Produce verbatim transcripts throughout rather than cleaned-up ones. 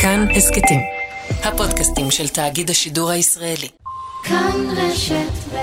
כאן הסקטים, הפודקאסטים של תאגיד השידור הישראלי. כאן רשת ב'.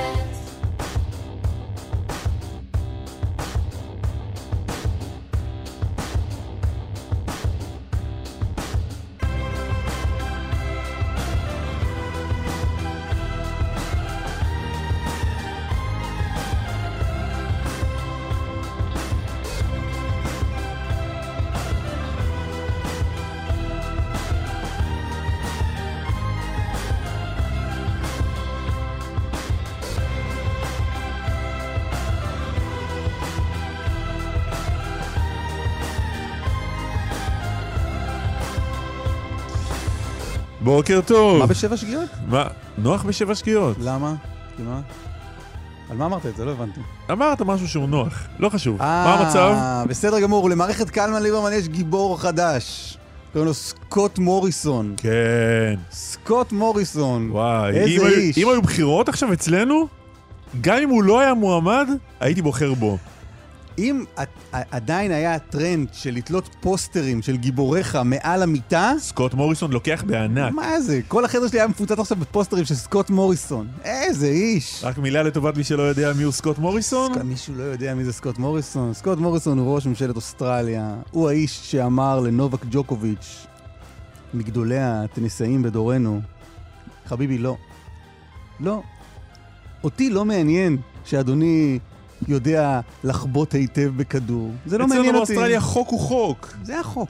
בוקר טוב. מה בשבע שגיאות? מה? נוח בשבע שגיאות. למה? כמעט. על מה אמרת את זה? לא הבנתי. אמרת משהו שהוא נוח, לא חשוב. מה המצב? בסדר גמור, למערכת קלמן ליברמן יש גיבור חדש. קוראים לו סקוט מוריסון. כן. סקוט מוריסון. וואי. איזה אם איש. היו, אם היו בחירות עכשיו אצלנו, גם אם הוא לא היה מועמד, הייתי בוחר בו. אם עדיין היה הטרנד של לתלות פוסטרים של גיבוריך מעל המיטה, סקוט מוריסון לוקח בענק. מה זה? כל החדר שלי היה מפוצץ עכשיו בפוסטרים של סקוט מוריסון. איזה איש. רק מילה לטובת מי שלא יודע מי הוא סקוט מוריסון. סק... מישהו לא יודע מי זה סקוט מוריסון. סקוט מוריסון הוא ראש ממשלת אוסטרליה. הוא האיש שאמר לנובק ג'וקוביץ', מגדולי הטניסאים בדורנו, חביבי, לא. לא. אותי לא מעניין שאדוני יודע לחבוט היטב בכדור. זה לא מעניין אותי. אצלנו באוסטרליה חוק הוא חוק. זה החוק.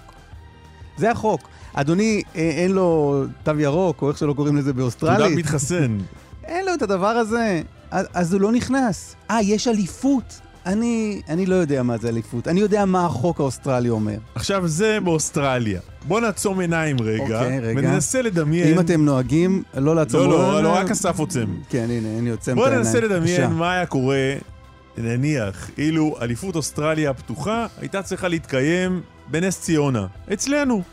זה החוק. אדוני, אין לו תו ירוק, או איך שלא קוראים לזה באוסטרלית. תעודת מתחסן. אין לו את הדבר הזה. אז, אז הוא לא נכנס. אה, יש אליפות. אני, אני לא יודע מה זה אליפות. אני יודע מה החוק האוסטרלי אומר. עכשיו זה באוסטרליה. בוא נעצום עיניים רגע. אוקיי, רגע. וננסה לדמיין. אם אתם נוהגים, לא לעצום. לא, לא, לא, רק אסף עוצם. כן, הנה, אני עוצם את בוא העיניים. ננסה לדמיין מה היה קורה, נניח, אילו אליפות אוסטרליה הפתוחה הייתה צריכה להתקיים בנס ציונה, אצלנו.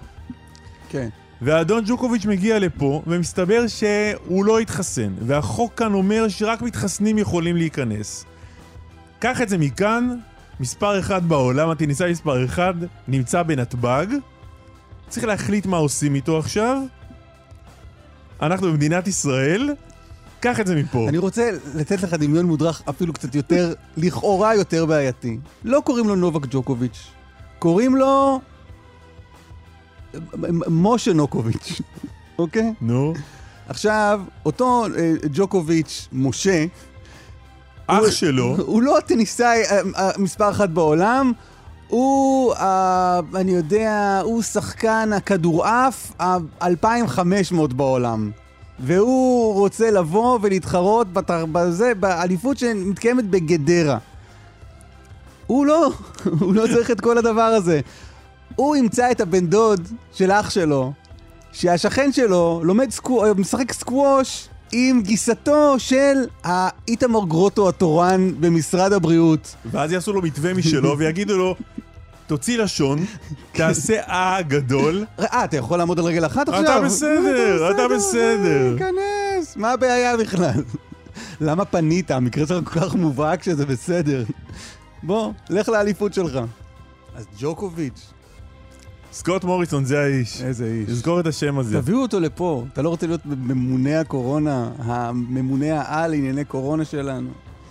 כן. והאדון ג'וקוביץ' מגיע לפה, ומסתבר שהוא לא התחסן, והחוק כאן אומר שרק מתחסנים יכולים להיכנס. קח את זה מכאן, מספר אחד בעולם, הטניסאי מספר אחד, נמצא בנתב"ג, צריך להחליט מה עושים איתו עכשיו. אנחנו במדינת ישראל, קח את זה מפה. אני רוצה לתת לך דמיון מודרך אפילו קצת יותר, לכאורה יותר בעייתי. לא קוראים לו נובק ג'וקוביץ', קוראים לו משה נוקוביץ', אוקיי? נו. עכשיו, אותו ג'וקוביץ', משה, אח הוא, שלו. הוא לא הטניסאי מספר אחת בעולם, הוא, אני יודע, הוא שחקן הכדורעף ה-אלפיים וחמש מאות בעולם. והוא רוצה לבוא ולהתחרות בזה, באליפות שמתקיימת בגדרה. הוא לא, הוא לא צריך את כל הדבר הזה. הוא ימצא את הבן דוד של אח שלו, שהשכן שלו לומד סקו, משחק סקווש עם גיסתו של האיתמר גרוטו התורן במשרד הבריאות. ואז יעשו לו מתווה משלו ויגידו לו, תוציא לשון, תעשה אה גדול. אה, אתה יכול לעמוד על רגל אחת עכשיו? אתה בסדר, אתה בסדר. כנס, מה הבעיה בכלל? למה פנית? המקרה שלך כל כך מובהק שזה בסדר. בוא, לך לאליפות שלך. אז ג'וקוביץ'. סקוט מוריסון זה האיש. איזה איש. תזכור את השם הזה. תביאו אותו לפה. אתה לא רוצה להיות ממונה הקורונה, הממונה העל לענייני קורונה שלנו.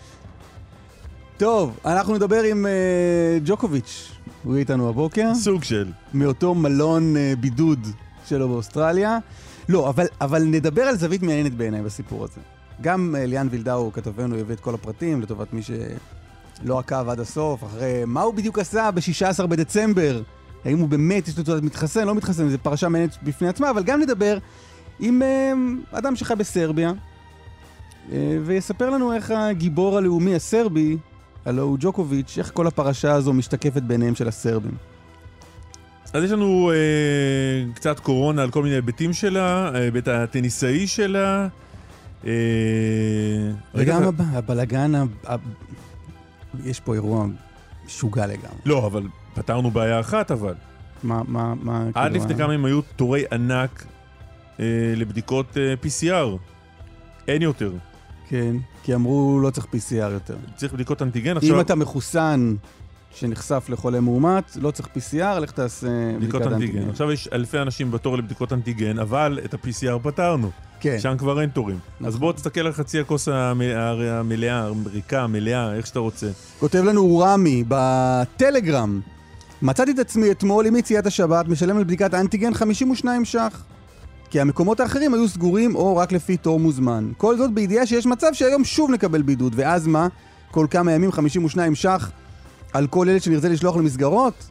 טוב, אנחנו נדבר עם uh, ג'וקוביץ'. הוא איתנו הבוקר. סוג של. מאותו מלון uh, בידוד שלו באוסטרליה. לא, אבל, אבל נדבר על זווית מעניינת בעיניי בסיפור הזה. גם uh, ליאן וילדאו כתבנו יביא את כל הפרטים לטובת מי שלא עקב עד הסוף, אחרי מה הוא בדיוק עשה ב-שישה עשר בדצמבר. האם הוא באמת יש לו תעודת מתחסן, לא מתחסן, זו פרשה מעניינת בפני עצמה, אבל גם נדבר עם uh, אדם שחי בסרביה, uh, ויספר לנו איך הגיבור הלאומי הסרבי, הלוא הוא ג'וקוביץ', איך כל הפרשה הזו משתקפת בעיניהם של הסרבים. אז יש לנו אה, קצת קורונה על כל מיני היבטים שלה, היבט הטניסאי שלה. אה, וגם רגע... הבלגן, הב... יש פה אירוע משוגע לגמרי. לא, אבל פתרנו בעיה אחת, אבל. מה, מה, מה... עד לפני כמה הם היו תורי ענק אה, לבדיקות אה, פי סי אר. אין יותר. כן, כי אמרו לא צריך פי סי אר יותר. צריך בדיקות אנטיגן. אם עכשיו... אתה מחוסן שנחשף לחולה מאומת, לא צריך פי סי אר, לך תעשה בדיקות אנטיגן. עכשיו יש אלפי אנשים בתור לבדיקות אנטיגן, אבל את ה-פי סי אר פתרנו. כן. שם כבר אין תורים. אז בוא תסתכל על חצי הכוס המלאה, הריקה, המלאה, איך שאתה רוצה. כותב לנו רמי בטלגרם, מצאתי את עצמי אתמול עם יציאת השבת, משלם על בדיקת אנטיגן חמישים ושניים ש"ח. כי המקומות האחרים היו סגורים או רק לפי תור מוזמן. כל זאת בידיעה שיש מצב שהיום שוב נקבל בידוד, ואז מה? כל כמה ימים חמישים ושניים ש"ח על כל ילד שנרצה לשלוח למסגרות?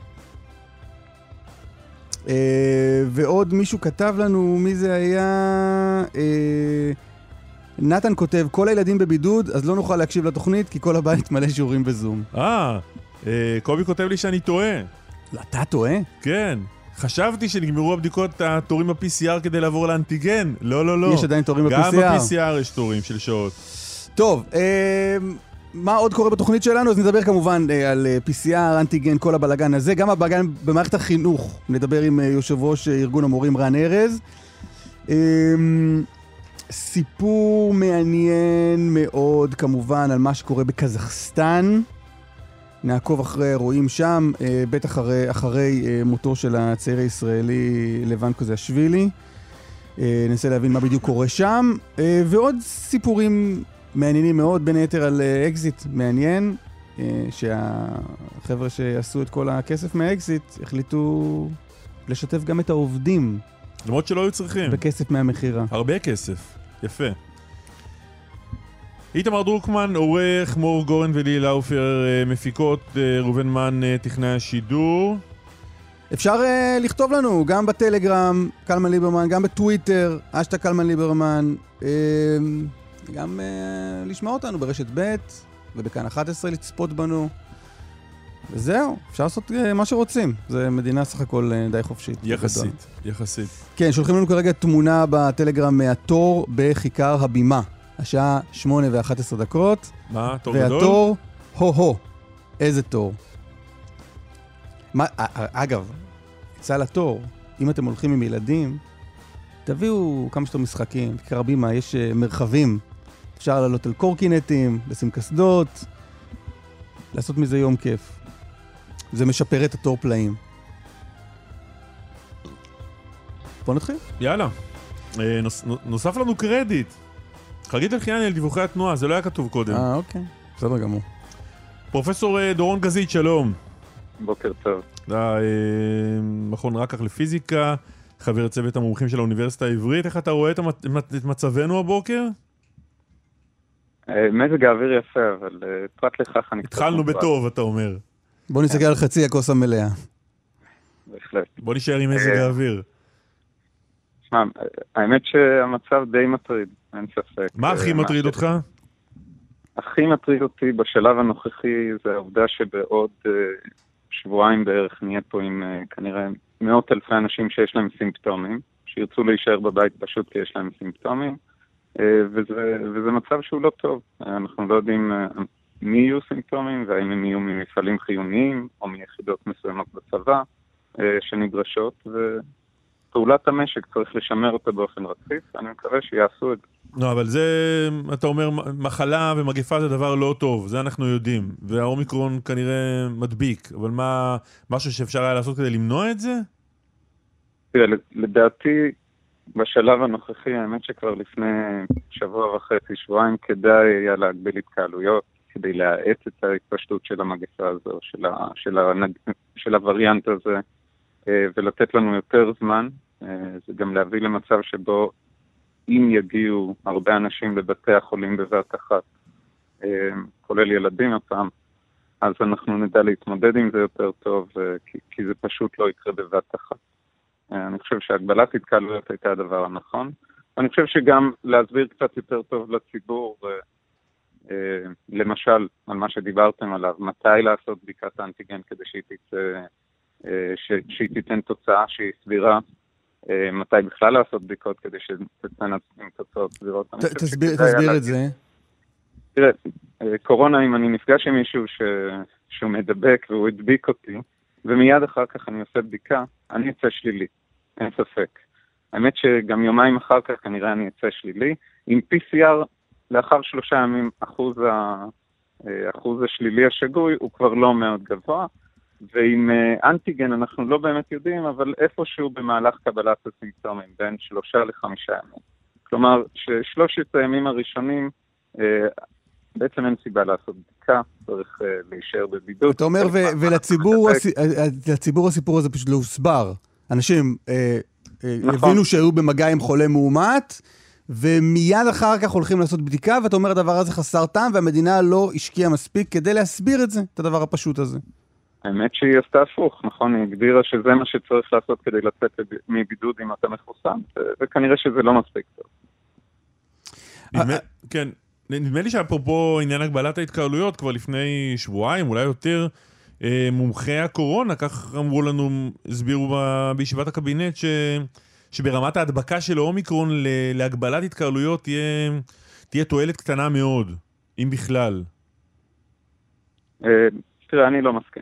אה, ועוד מישהו כתב לנו, מי זה היה? אה, נתן כותב, כל הילדים בבידוד, אז לא נוכל להקשיב לתוכנית, כי כל הבית מלא שיעורים בזום. אה, אה קובי כותב לי שאני טועה. אתה טועה? כן. חשבתי שנגמרו הבדיקות התורים ב-פי סי אר כדי לעבור לאנטיגן. לא, לא, לא. יש עדיין תורים ב-פי סי אר. גם ב-פי סי אר יש תורים של שעות. טוב, אה, מה עוד קורה בתוכנית שלנו? אז נדבר כמובן אה, על פי סי אר, אנטיגן, כל הבלגן הזה. גם הבלגן במערכת החינוך. נדבר עם אה, יושב ראש ארגון המורים רן ארז. אה, סיפור מעניין מאוד כמובן על מה שקורה בקזחסטן. נעקוב אחרי אירועים שם, בטח אחרי, אחרי מותו של הצעיר הישראלי לבן קוזאשווילי. ננסה להבין מה בדיוק קורה שם. ועוד סיפורים מעניינים מאוד, בין היתר על אקזיט מעניין, שהחבר'ה שעשו את כל הכסף מהאקזיט החליטו לשתף גם את העובדים. למרות שלא היו צריכים. בכסף מהמחירה. הרבה כסף. יפה. איתמר דרוקמן, עורך, מור גורן ולי לאופר, מפיקות, ראובן מן, טכנאי השידור. אפשר uh, לכתוב לנו גם בטלגרם, קלמן ליברמן, גם בטוויטר, אשטג קלמן ליברמן, uh, גם uh, לשמוע אותנו ברשת ב' ובכאן אחת עשרה לצפות בנו. וזהו, אפשר לעשות uh, מה שרוצים. זה מדינה סך הכל uh, די חופשית. יחסית, יחסית. כן, שולחים לנו כרגע תמונה בטלגרם מהתור בכיכר הבימה. השעה שמונה ואחת עשרה דקות. מה? תור גדול? והתור, הו-הו. איזה תור. מה, אגב, יצא לתור, אם אתם הולכים עם ילדים, תביאו כמה שאתם משחקים, כיכר הבימה, יש מרחבים. אפשר לעלות על קורקינטים, לשים קסדות, לעשות מזה יום כיף. זה משפר את התור פלאים. בוא נתחיל. יאללה. נוס, נוסף לנו קרדיט. חגית אלחיאני על דיווחי התנועה, זה לא היה כתוב קודם. אה, אוקיי. בסדר גמור. פרופסור דורון גזית, שלום. בוקר טוב. אתה מכון רקח לפיזיקה, חבר צוות המומחים של האוניברסיטה העברית. איך אתה רואה את מצבנו הבוקר? מזג האוויר יפה, אבל פרט לכך אני... התחלנו בטוב, אתה אומר. בוא נסתכל על חצי הכוס המלאה. בהחלט. בוא נשאר עם מזג האוויר. שמע, האמת שהמצב די מטריד, אין ספק. מה הכי מטריד אותך? הכי מטריד אותי בשלב הנוכחי זה העובדה שבעוד שבועיים בערך נהיה פה עם כנראה מאות אלפי אנשים שיש להם סימפטומים, שירצו להישאר בבית פשוט כי יש להם סימפטומים, וזה, וזה מצב שהוא לא טוב. אנחנו לא יודעים מי יהיו סימפטומים, והאם הם יהיו ממפעלים חיוניים או מיחידות מסוימות בצבא שנדרשות, ופעולת המשק צריך לשמר אותה באופן רציף, אני מקווה שיעשו את זה. לא, אבל זה, אתה אומר, מחלה ומגפה זה דבר לא טוב, זה אנחנו יודעים, והאומיקרון כנראה מדביק, אבל מה, משהו שאפשר היה לעשות כדי למנוע את זה? תראה, לדעתי, בשלב הנוכחי, האמת שכבר לפני שבוע וחצי, שבועיים, כדאי היה להגביל התקהלויות, כדי להאט את ההתפשטות של המגפה הזו, של, ה, של, הנג... של הווריאנט הזה, ולתת לנו יותר זמן, זה גם להביא למצב שבו אם יגיעו הרבה אנשים לבתי החולים בבת אחת, כולל ילדים הפעם, אז אנחנו נדע להתמודד עם זה יותר טוב, כי, כי זה פשוט לא יקרה בבת אחת. אני חושב שהגבלת התקהלויות הייתה הדבר הנכון. אני חושב שגם להסביר קצת יותר טוב לציבור, למשל, על מה שדיברתם עליו, מתי לעשות בדיקת האנטיגן כדי שהיא תצא, שהיא תיתן תוצאה שהיא סבירה, מתי בכלל לעשות בדיקות כדי שתצאנה עם תוצאות סבירות. תסביר את זה. תראה, קורונה, אם אני נפגש עם מישהו שהוא מדבק והוא הדביק אותי, ומיד אחר כך אני עושה בדיקה, אני אצא שלילי, אין ספק. האמת שגם יומיים אחר כך כנראה אני אצא שלילי. עם פי סי אר, לאחר שלושה ימים, אחוז האחוז השלילי השגוי הוא כבר לא מאוד גבוה, ועם אנטיגן אנחנו לא באמת יודעים, אבל איפשהו במהלך קבלת הסימפטומים, בין שלושה לחמישה ימים. כלומר, ששלושת הימים הראשונים, בעצם אין סיבה לעשות בדיקה, צריך להישאר בבידוד. אתה אומר, ולציבור הסיפור הזה פשוט לא הוסבר. אנשים הבינו שהיו במגע עם חולה מאומת, ומיד אחר כך הולכים לעשות בדיקה, ואתה אומר, הדבר הזה חסר טעם, והמדינה לא השקיעה מספיק כדי להסביר את זה, את הדבר הפשוט הזה. האמת שהיא עשתה הפוך, נכון? היא הגדירה שזה מה שצריך לעשות כדי לצאת מבידוד אם אתה מחוסן, וכנראה שזה לא מספיק טוב. כן, נדמה לי שאפרופו עניין הגבלת ההתקהלויות, כבר לפני שבועיים, אולי יותר, מומחי הקורונה, כך אמרו לנו, הסבירו בישיבת הקבינט, ש... שברמת ההדבקה של האומיקרון להגבלת התקהלויות תהיה, תהיה תועלת קטנה מאוד, אם בכלל. תראה, אני לא מסכים.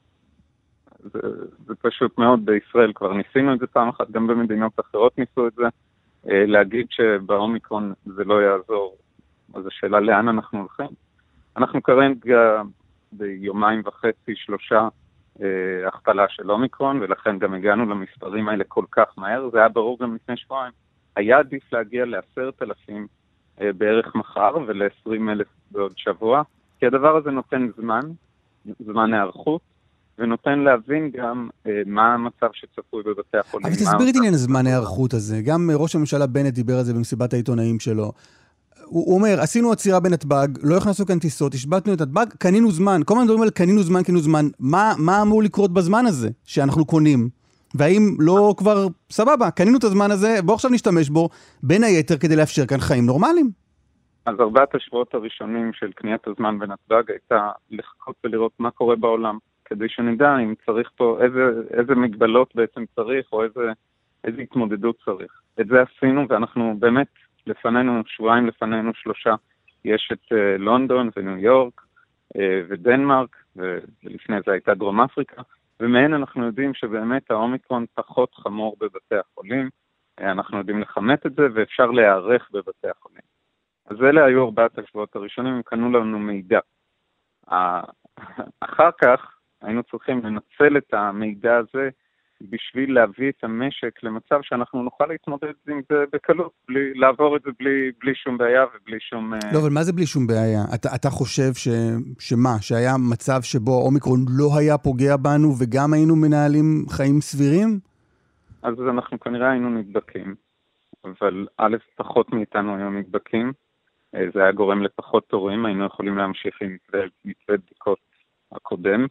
זה, זה פשוט מאוד בישראל, כבר ניסינו את זה פעם אחת, גם במדינות אחרות ניסו את זה. להגיד שבאומיקרון זה לא יעזור, אז השאלה לאן אנחנו הולכים. אנחנו כרגע ביומיים וחצי, שלושה, הכפלה של אומיקרון, ולכן גם הגענו למספרים האלה כל כך מהר. זה היה ברור גם לפני שבועיים. היה עדיף להגיע לעשרת אלפים בערך מחר ול-עשרים אלף בעוד שבוע, כי הדבר הזה נותן זמן, זמן הערכות, ונותן להבין גם מה המצב שצפוי בבתי החולים. אבל תסביר את עניין זמן הערכות הזה. גם ראש הממשלה בנט דיבר על זה במסיבת העיתונאים שלו. הוא אומר, עשינו עצירה בנתב"ג, לא הכנסנו כאן טיסות, השבתנו את נתב"ג, קנינו זמן. כל הזמן מדברים על קנינו זמן, קנינו זמן. מה, מה אמור לקרות בזמן הזה שאנחנו קונים? והאם לא כבר, סבבה, קנינו את הזמן הזה, בוא עכשיו נשתמש בו, בין היתר כדי לאפשר כאן חיים נורמליים. אז ארבעת השבועות הראשונים של קניית הזמן בנתב"ג הייתה לחכות ולראות מה קורה בעולם, כדי שנדע אם צריך פה, איזה, איזה מגבלות בעצם צריך, או איזה, איזה התמודדות צריך. את זה עשינו, ואנחנו באמת, לפנינו, שבועיים לפנינו שלושה, יש את uh, לונדון וניו יורק uh, ודנמרק, ולפני זה הייתה דרום אפריקה, ומהן אנחנו יודעים שבאמת האומיקרון פחות חמור בבתי החולים, uh, אנחנו יודעים לכמת את זה, ואפשר להיערך בבתי החולים. אז אלה היו ארבעת השבועות הראשונים, הם קנו לנו מידע. Uh, אחר כך, היינו צריכים לנצל את המידע הזה בשביל להביא את המשק למצב שאנחנו נוכל להתמודד עם זה בקלות, בלי, לעבור את זה בלי, בלי שום בעיה ובלי שום... לא, אבל מה זה בלי שום בעיה? אתה, אתה חושב ש, שמה? שהיה מצב שבו האומיקרון לא היה פוגע בנו וגם היינו מנהלים חיים סבירים? אז אנחנו כנראה היינו נדבקים, אבל א', פחות מאיתנו היו נדבקים, זה היה גורם לפחות תורים, היינו יכולים להמשיך עם מתווה בדיקות הקודם,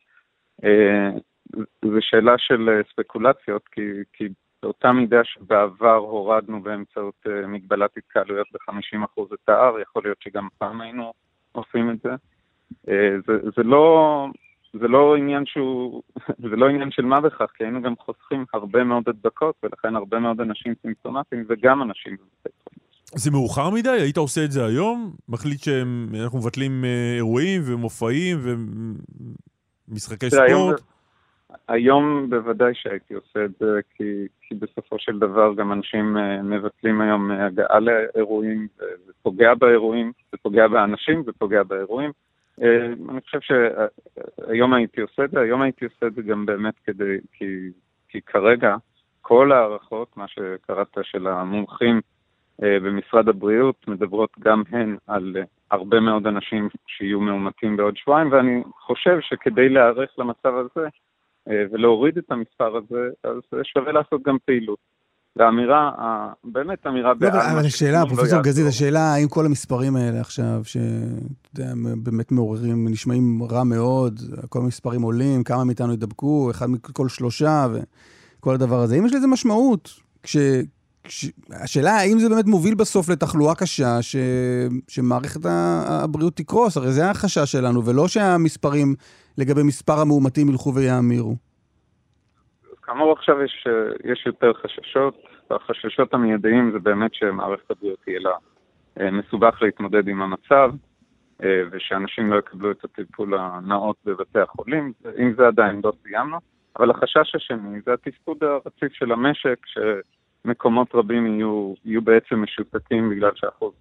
זו שאלה של ספקולציות, כי, כי באותה מידה שבעבר הורדנו באמצעות מגבלת התקהלויות ב-חמישים אחוז את ה-R, יכול להיות שגם פעם היינו עושים את זה. זה, זה לא, זה לא עניין שהוא, זה לא עניין של מה בכך, כי היינו גם חוסכים הרבה מאוד הדבקות, ולכן הרבה מאוד אנשים סימפטומטיים וגם אנשים בבתי חולים. זה מאוחר מדי? היית עושה את זה היום? מחליט שאנחנו מבטלים אירועים ומופעים ומשחקי ספורט? היום, היום בוודאי שהייתי עושה את זה, כי, כי בסופו של דבר גם אנשים מבטלים היום הגעה לאירועים, זה פוגע באירועים, זה פוגע באנשים, זה פוגע באירועים. אני חושב שהיום הייתי עושה את זה, היום הייתי עושה את זה גם באמת כדי, כי, כי כרגע כל הערכות, מה שקראת של המומחים, במשרד הבריאות מדברות גם הן על הרבה מאוד אנשים שיהיו מאומתים בעוד שבועיים, ואני חושב שכדי להיערך למצב הזה ולהוריד את המספר הזה, אז שווה לעשות גם פעילות. והאמירה, באמת אמירה בעלמא... אבל השאלה, פרופסור גזית, השאלה האם כל המספרים האלה עכשיו, שבאמת מעוררים, נשמעים רע מאוד, כל המספרים עולים, כמה מאיתנו ידבקו, אחד מכל שלושה, וכל הדבר הזה, האם יש לזה משמעות? כש... השאלה, האם זה באמת מוביל בסוף לתחלואה קשה ש... שמערכת הבריאות תקרוס? הרי זה החשש שלנו, ולא שהמספרים לגבי מספר המאומתים ילכו ויאמירו. כאמור עכשיו יש, יש יותר חששות, והחששות המיידיים זה באמת שמערכת הבריאות תהיה לה מסובך להתמודד עם המצב, ושאנשים לא יקבלו את הטיפול הנאות בבתי החולים, אם זה עדיין לא סיימנו, אבל החשש השני זה התפקוד הרציף של המשק, ש... מקומות רבים יהיו, יהיו בעצם משותקים בגלל שהאחוז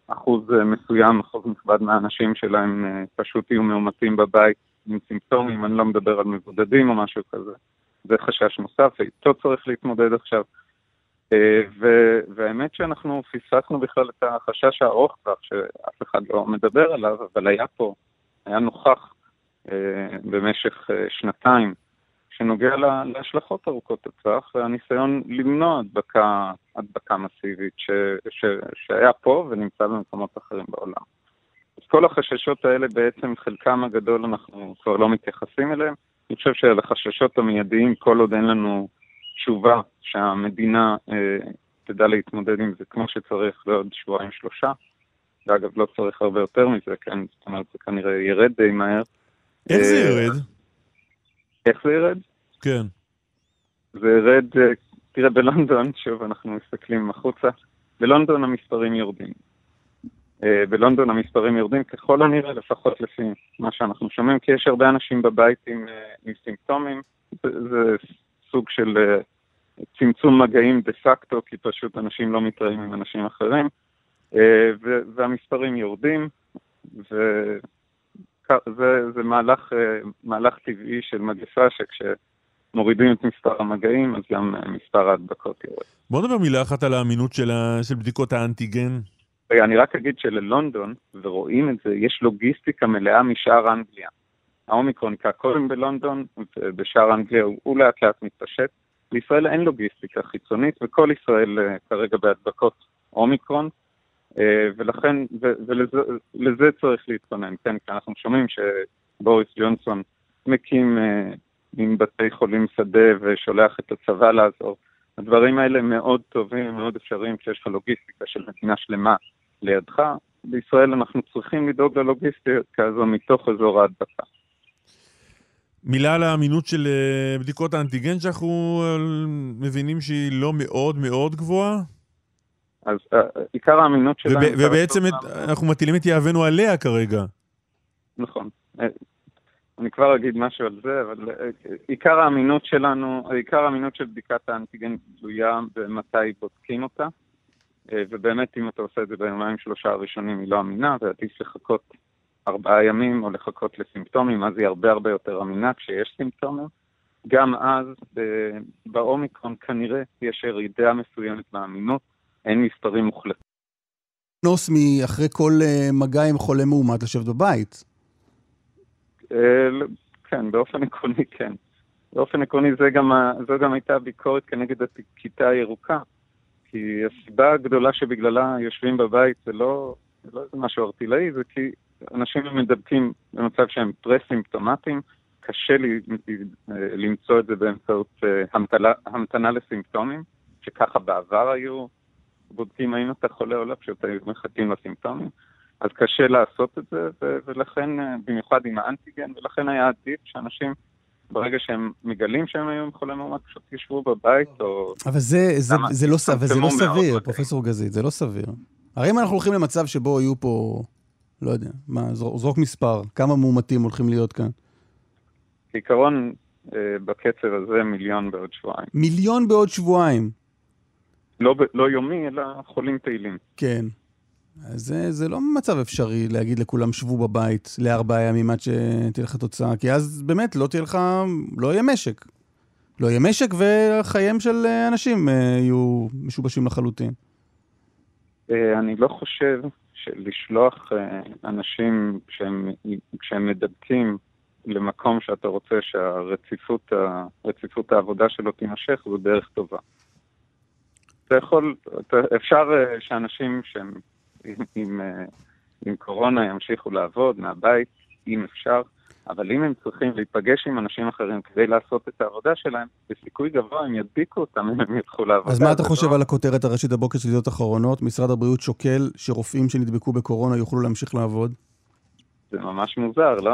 אחוז מסוים, אחוז נכבד מהאנשים שלהם פשוט יהיו מאומתים בבית עם סימפטומים, אני לא מדבר על מבודדים או משהו כזה. זה חשש נוסף, ואיתו צריך להתמודד עכשיו. והאמת שאנחנו פספסנו בכלל את החשש הארוך כך, שאף אחד לא מדבר עליו, אבל היה פה, היה נוכח במשך שנתיים, שנוגע להשלכות ארוכות הטווח, והניסיון למנוע הדבקה, הדבקה מסיבית ש, ש, שהיה פה ונמצא במקומות אחרים בעולם. אז כל החששות האלה בעצם חלקם הגדול אנחנו כבר לא מתייחסים אליהם. אני חושב שלחששות המיידיים, כל עוד אין לנו תשובה שהמדינה אה, תדע להתמודד עם זה כמו שצריך לעוד שבועיים שלושה, ואגב לא צריך הרבה יותר מזה, כן? זאת אומרת, זה כנראה ירד די מהר. איך זה ירד? איך זה ירד? כן. זה ירד, תראה, בלונדון, שוב אנחנו מסתכלים החוצה, בלונדון המספרים יורדים. בלונדון המספרים יורדים ככל הנראה, לפחות לפי מה שאנחנו שומעים, כי יש הרבה אנשים בבית עם, עם סימפטומים, זה, זה סוג של צמצום מגעים דה פקטו, כי פשוט אנשים לא מתראים עם אנשים אחרים, והמספרים יורדים, ו... זה, זה מהלך, מהלך טבעי של מגפה שכשמורידים את מספר המגעים, אז גם מספר ההדבקות יורד. בוא נדבר מילה אחת על האמינות של, ה, של בדיקות האנטיגן. אני רק אגיד שללונדון, ורואים את זה, יש לוגיסטיקה מלאה משאר אנגליה. האומיקרון נקרא קודם בלונדון, ובשאר אנגליה הוא לאט לאט מתפשט. לישראל אין לוגיסטיקה חיצונית, וכל ישראל כרגע בהדבקות אומיקרון, ולכן, ולזה צריך להתכונן, כן, כי אנחנו שומעים שבוריס ג'ונסון מקים עם בתי חולים שדה ושולח את הצבא לעזור. הדברים האלה מאוד טובים, מאוד אפשריים כשיש לך לוגיסטיקה של מדינה שלמה לידך. בישראל אנחנו צריכים לדאוג ללוגיסטיקה הזו מתוך אזור ההדבקה. מילה על האמינות של בדיקות האנטיגן שאנחנו מבינים שהיא לא מאוד מאוד גבוהה? אז uh, עיקר האמינות שלנו... וב, ובעצם את, אנחנו מטילים את יהבנו עליה כרגע. נכון. אני כבר אגיד משהו על זה, אבל uh, עיקר האמינות שלנו, עיקר האמינות של בדיקת האנטיגן תלויה במתי בודקים אותה, uh, ובאמת אם אתה עושה את זה ביומיים שלושה הראשונים היא לא אמינה, ועדיף לחכות ארבעה ימים או לחכות לסימפטומים, אז היא הרבה הרבה יותר אמינה כשיש סימפטומים. גם אז uh, באומיקרון כנראה יש ירידה מסוימת באמינות, אין מספרים מוחלטים. נוס מאחרי כל מגע עם חולה מאומת לשבת בבית. כן, באופן עקרוני כן. באופן עקרוני זה גם, זו גם הייתה ביקורת כנגד הכיתה הירוקה. כי הסיבה הגדולה שבגללה יושבים בבית זה לא, זה לא משהו ארטילאי, זה כי אנשים מדבקים במצב שהם פרסימפטומטיים, קשה לי, למצוא את זה באמצעות המתנה, המתנה לסימפטומים, שככה בעבר היו בודקים האם אתה חולה או לא, פשוט מחכים לסימפטומים, אז קשה לעשות את זה, ו- ולכן, במיוחד עם האנטיגן, ולכן היה עדיף שאנשים, ברגע שהם מגלים שהם היו חולה מאומת, פשוט ישבו בבית, או... אבל זה, זה, זה לא, ס- זה לא סביר, פרופסור גזית, זה לא סביר. הרי אם אנחנו הולכים למצב שבו יהיו פה, לא יודע, מה, זרוק מספר, כמה מאומתים הולכים להיות כאן? כעיקרון, בקצב הזה, מיליון בעוד שבועיים. מיליון בעוד שבועיים? לא, לא יומי, אלא חולים פעילים. כן. אז זה, זה לא מצב אפשרי להגיד לכולם שבו בבית לארבעה ימים עד שתהיה לך תוצאה, כי אז באמת לא תהיה לך, לא יהיה משק. לא יהיה משק וחיים של אנשים יהיו משובשים לחלוטין. אני לא חושב שלשלוח אנשים כשהם, כשהם מדבקים למקום שאתה רוצה שהרציפות, הרציפות העבודה שלו תימשך, זו דרך טובה. אתה יכול, אפשר שאנשים שהם עם, עם, עם קורונה ימשיכו לעבוד מהבית, אם אפשר, אבל אם הם צריכים להיפגש עם אנשים אחרים כדי לעשות את העבודה שלהם, בסיכוי גבוה הם ידביקו אותם אם הם ילכו לעבודה. אז מה אתה חושב לא... על הכותרת הראשית הבוקר של ידיעות אחרונות? משרד הבריאות שוקל שרופאים שנדבקו בקורונה יוכלו להמשיך לעבוד? זה ממש מוזר, לא?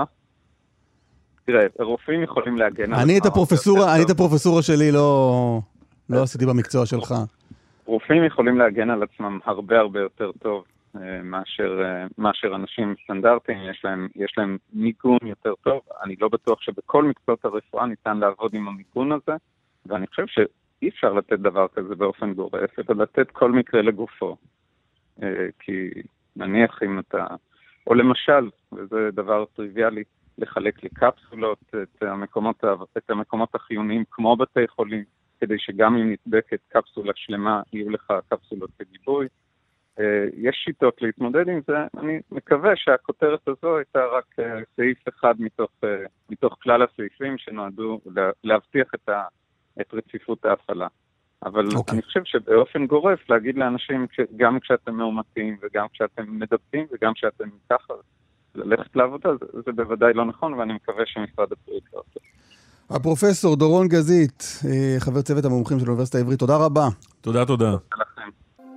תראה, רופאים יכולים להגן על... אני את הפרופסורה, אני את הפרופסורה שלי לא, לא עשיתי במקצוע שלך. רופאים יכולים להגן על עצמם הרבה הרבה יותר טוב מאשר, מאשר אנשים סטנדרטיים, יש להם, יש להם מיגון יותר טוב. אני לא בטוח שבכל מקצועות הרפואה ניתן לעבוד עם המיגון הזה, ואני חושב שאי אפשר לתת דבר כזה באופן גורף, אלא לתת כל מקרה לגופו. כי נניח אם אתה, או למשל, וזה דבר טריוויאלי, לחלק לקפסולות את המקומות, את המקומות החיוניים כמו בתי חולים, כדי שגם אם נדבקת קפסולה שלמה, יהיו לך קפסולות בגיבוי. יש שיטות להתמודד עם זה, אני מקווה שהכותרת הזו הייתה רק סעיף אחד מתוך, מתוך כלל הסעיפים שנועדו להבטיח את, ה, את רציפות ההפעלה. אבל okay. אני חושב שבאופן גורף להגיד לאנשים, גם כשאתם מאומתים וגם כשאתם מדבקים וגם כשאתם ככה, ללכת לעבודה, זה, זה בוודאי לא נכון, ואני מקווה שמשרד הבריאות לא עושה. הפרופסור דורון גזית, חבר צוות המומחים של האוניברסיטה העברית, תודה רבה. תודה, תודה. לכם.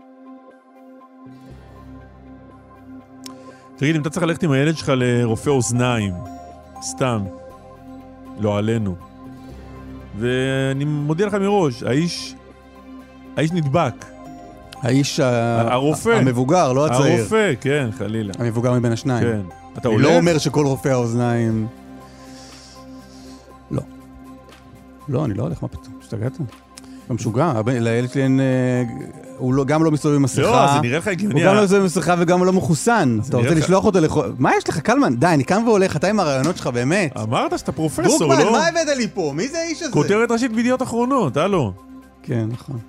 תגיד, אם אתה צריך ללכת עם הילד שלך לרופא אוזניים, סתם, לא עלינו. ואני מודיע לך מראש, האיש, האיש נדבק. האיש הרופא. המבוגר, לא הצעיר. הרופא, כן, חלילה. המבוגר מבין השניים. כן. אתה אני הולך? לא אומר שכל רופאי האוזניים... לא. לא, אני לא הולך, מה פתאום? השתגעת? המשוגע, לילד שלי אין... הוא לא, גם לא מסתובב עם מסכה. לא, זה נראה לך הגיוני. הוא גם לא מסתובב עם מסכה וגם לא מחוסן. אתה רוצה לשלוח אותו לכל... מה יש לך, קלמן? די, אני קם והולך, אתה עם הרעיונות שלך, באמת. אמרת שאתה פרופסור, לא? דרוקמן, מה הבאת לי פה? מי זה האיש הזה? כותרת ראשית בידיעות אחרונות, הלו. כן, נכון.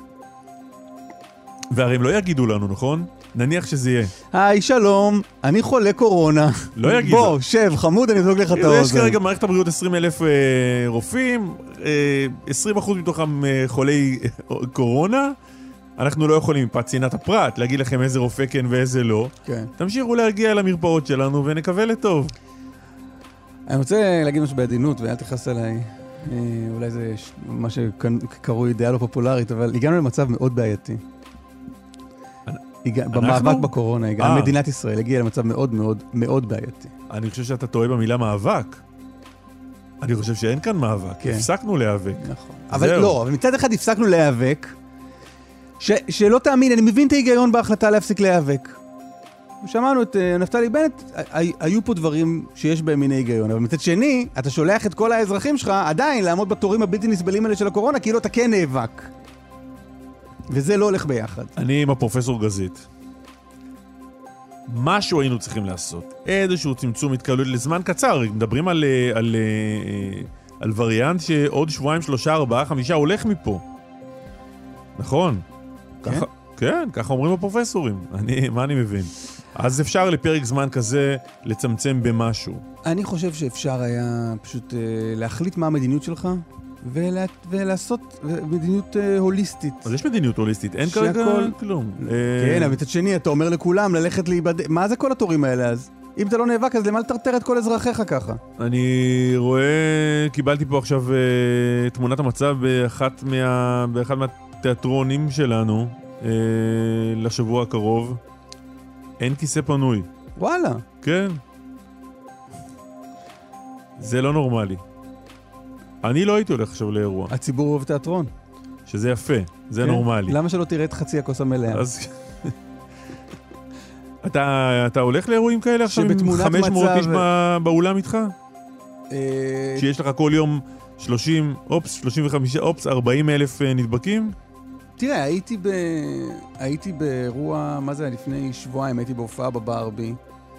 והרי הם לא יגידו לנו, נכון? נניח שזה יהיה. היי, שלום, אני חולה קורונה. לא יגידו. בוא, שב, חמוד, אני אבדוק לך את האוזן. יש כרגע מערכת הבריאות עשרים אלף רופאים, עשרים אחוז מתוכם חולי קורונה. אנחנו לא יכולים, מפאת צנעת הפרט, להגיד לכם איזה רופא כן ואיזה לא. כן. תמשיכו להגיע למרפאות שלנו ונקווה לטוב. אני רוצה להגיד משהו בעדינות, ואל תכעס עליי. אולי זה מה שקרוי דעה לא פופולרית, אבל הגענו למצב מאוד בעייתי. במאבק בקורונה, מדינת ישראל הגיעה למצב מאוד מאוד מאוד בעייתי. אני חושב שאתה טועה במילה מאבק. אני חושב שאין כאן מאבק. הפסקנו להיאבק. נכון. אבל לא, אבל מצד אחד הפסקנו להיאבק, שלא תאמין, אני מבין את ההיגיון בהחלטה להפסיק להיאבק. שמענו את נפתלי בנט, היו פה דברים שיש בהם מיני היגיון, אבל מצד שני, אתה שולח את כל האזרחים שלך עדיין לעמוד בתורים הבלתי נסבלים האלה של הקורונה, כאילו אתה כן נאבק. וזה לא הולך ביחד. אני עם הפרופסור גזית. משהו היינו צריכים לעשות. איזשהו צמצום התקהלות לזמן קצר. מדברים על, על, על וריאנט שעוד שבועיים, שלושה, ארבעה, חמישה הולך מפה. נכון? כן? ככה, כן, ככה אומרים הפרופסורים. אני, מה אני מבין? אז אפשר לפרק זמן כזה לצמצם במשהו. אני חושב שאפשר היה פשוט להחליט מה המדיניות שלך, ולה, ולעשות מדיניות הוליסטית. אז יש מדיניות הוליסטית, אין כרגע כלום. כן, אבל מצד שני, אתה אומר לכולם ללכת להיבדק. מה זה כל התורים האלה אז? אם אתה לא נאבק, אז למה לטרטר את כל אזרחיך ככה? אני רואה, קיבלתי פה עכשיו תמונת המצב באחת מה, באחד מהתיאטרונים שלנו לשבוע הקרוב. אין כיסא פנוי. וואלה. כן. זה לא נורמלי. אני לא הייתי הולך עכשיו לאירוע. הציבור אוהב תיאטרון. שזה יפה, זה נורמלי. למה שלא תראה את חצי הכוס המלאה? אז... אתה, אתה הולך לאירועים כאלה עכשיו עם חמש מאות איש באולם איתך? שיש לך כל יום שלושים, אופס, שלושים וחמישה, אופס, ארבעים אלף נדבקים? תראה, הייתי ב... הייתי באירוע, מה זה היה? לפני שבועיים הייתי בהופעה בברבי.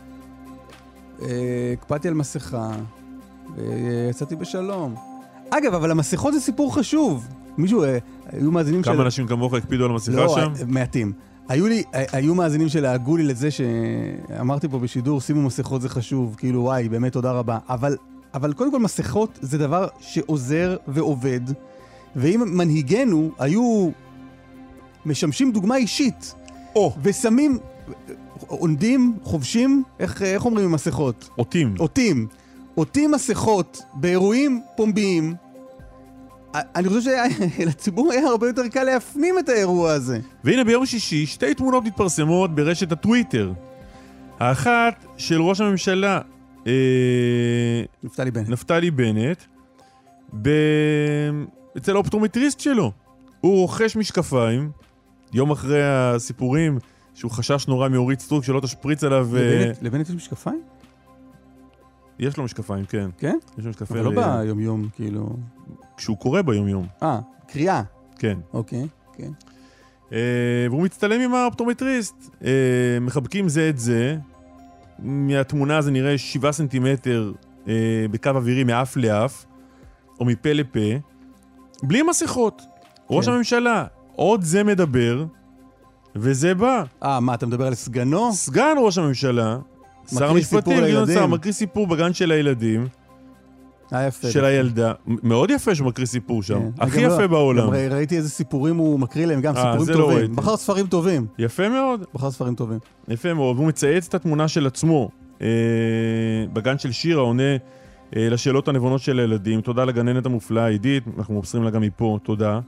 הקפדתי על מסכה, ויצאתי בשלום. אגב, אבל המסכות זה סיפור חשוב. מישהו, היו מאזינים של... כמה אנשים כמוך הקפידו על המסכה לא, שם? לא, מעטים. היו לי, היו מאזינים שלהגו לי לזה שאמרתי פה בשידור, שימו מסכות זה חשוב, כאילו וואי, באמת תודה רבה. אבל, אבל קודם כל מסכות זה דבר שעוזר ועובד, ואם מנהיגנו היו משמשים דוגמה אישית, או. ושמים, עונדים, חובשים, איך, איך אומרים עם מסכות? אותים. אותים. אותים מסכות באירועים פומביים, אני חושב שלציבור היה הרבה יותר קל להפנים את האירוע הזה. והנה ביום שישי שתי תמונות מתפרסמות ברשת הטוויטר. האחת של ראש הממשלה אה, נפתלי בנט. נפתלי בנט ב... אצל האופטומטריסט שלו. הוא רוכש משקפיים יום אחרי הסיפורים שהוא חשש נורא מאורית סטרוק שלא תשפריץ עליו. לבנט, לבנט יש משקפיים? יש לו משקפיים, כן. כן? יש לו משקפיים. אבל לא ביום יום, כאילו... כשהוא קורא ביום יום. אה, קריאה. כן. אוקיי, כן. והוא מצטלם עם האופטומטריסט. מחבקים זה את זה. מהתמונה זה נראה שבעה סנטימטר בקו אווירי מאף לאף, או מפה לפה, בלי מסכות. ראש הממשלה, עוד זה מדבר, וזה בא. אה, מה, אתה מדבר על סגנו? סגן ראש הממשלה, שר המשפטים, גדעון סער, מקריא סיפור בגן של הילדים, של הילדה. מאוד יפה שהוא מקריא סיפור שם. הכי יפה בעולם. ראיתי איזה סיפורים הוא מקריא להם, גם סיפורים טובים. בחר ספרים טובים. יפה מאוד. בחר ספרים טובים. יפה מאוד. והוא מצייץ את התמונה של עצמו. בגן של שירה עונה לשאלות הנבונות של הילדים. תודה לגננת המופלאה עידית, אנחנו מובשרים לה גם מפה, תודה.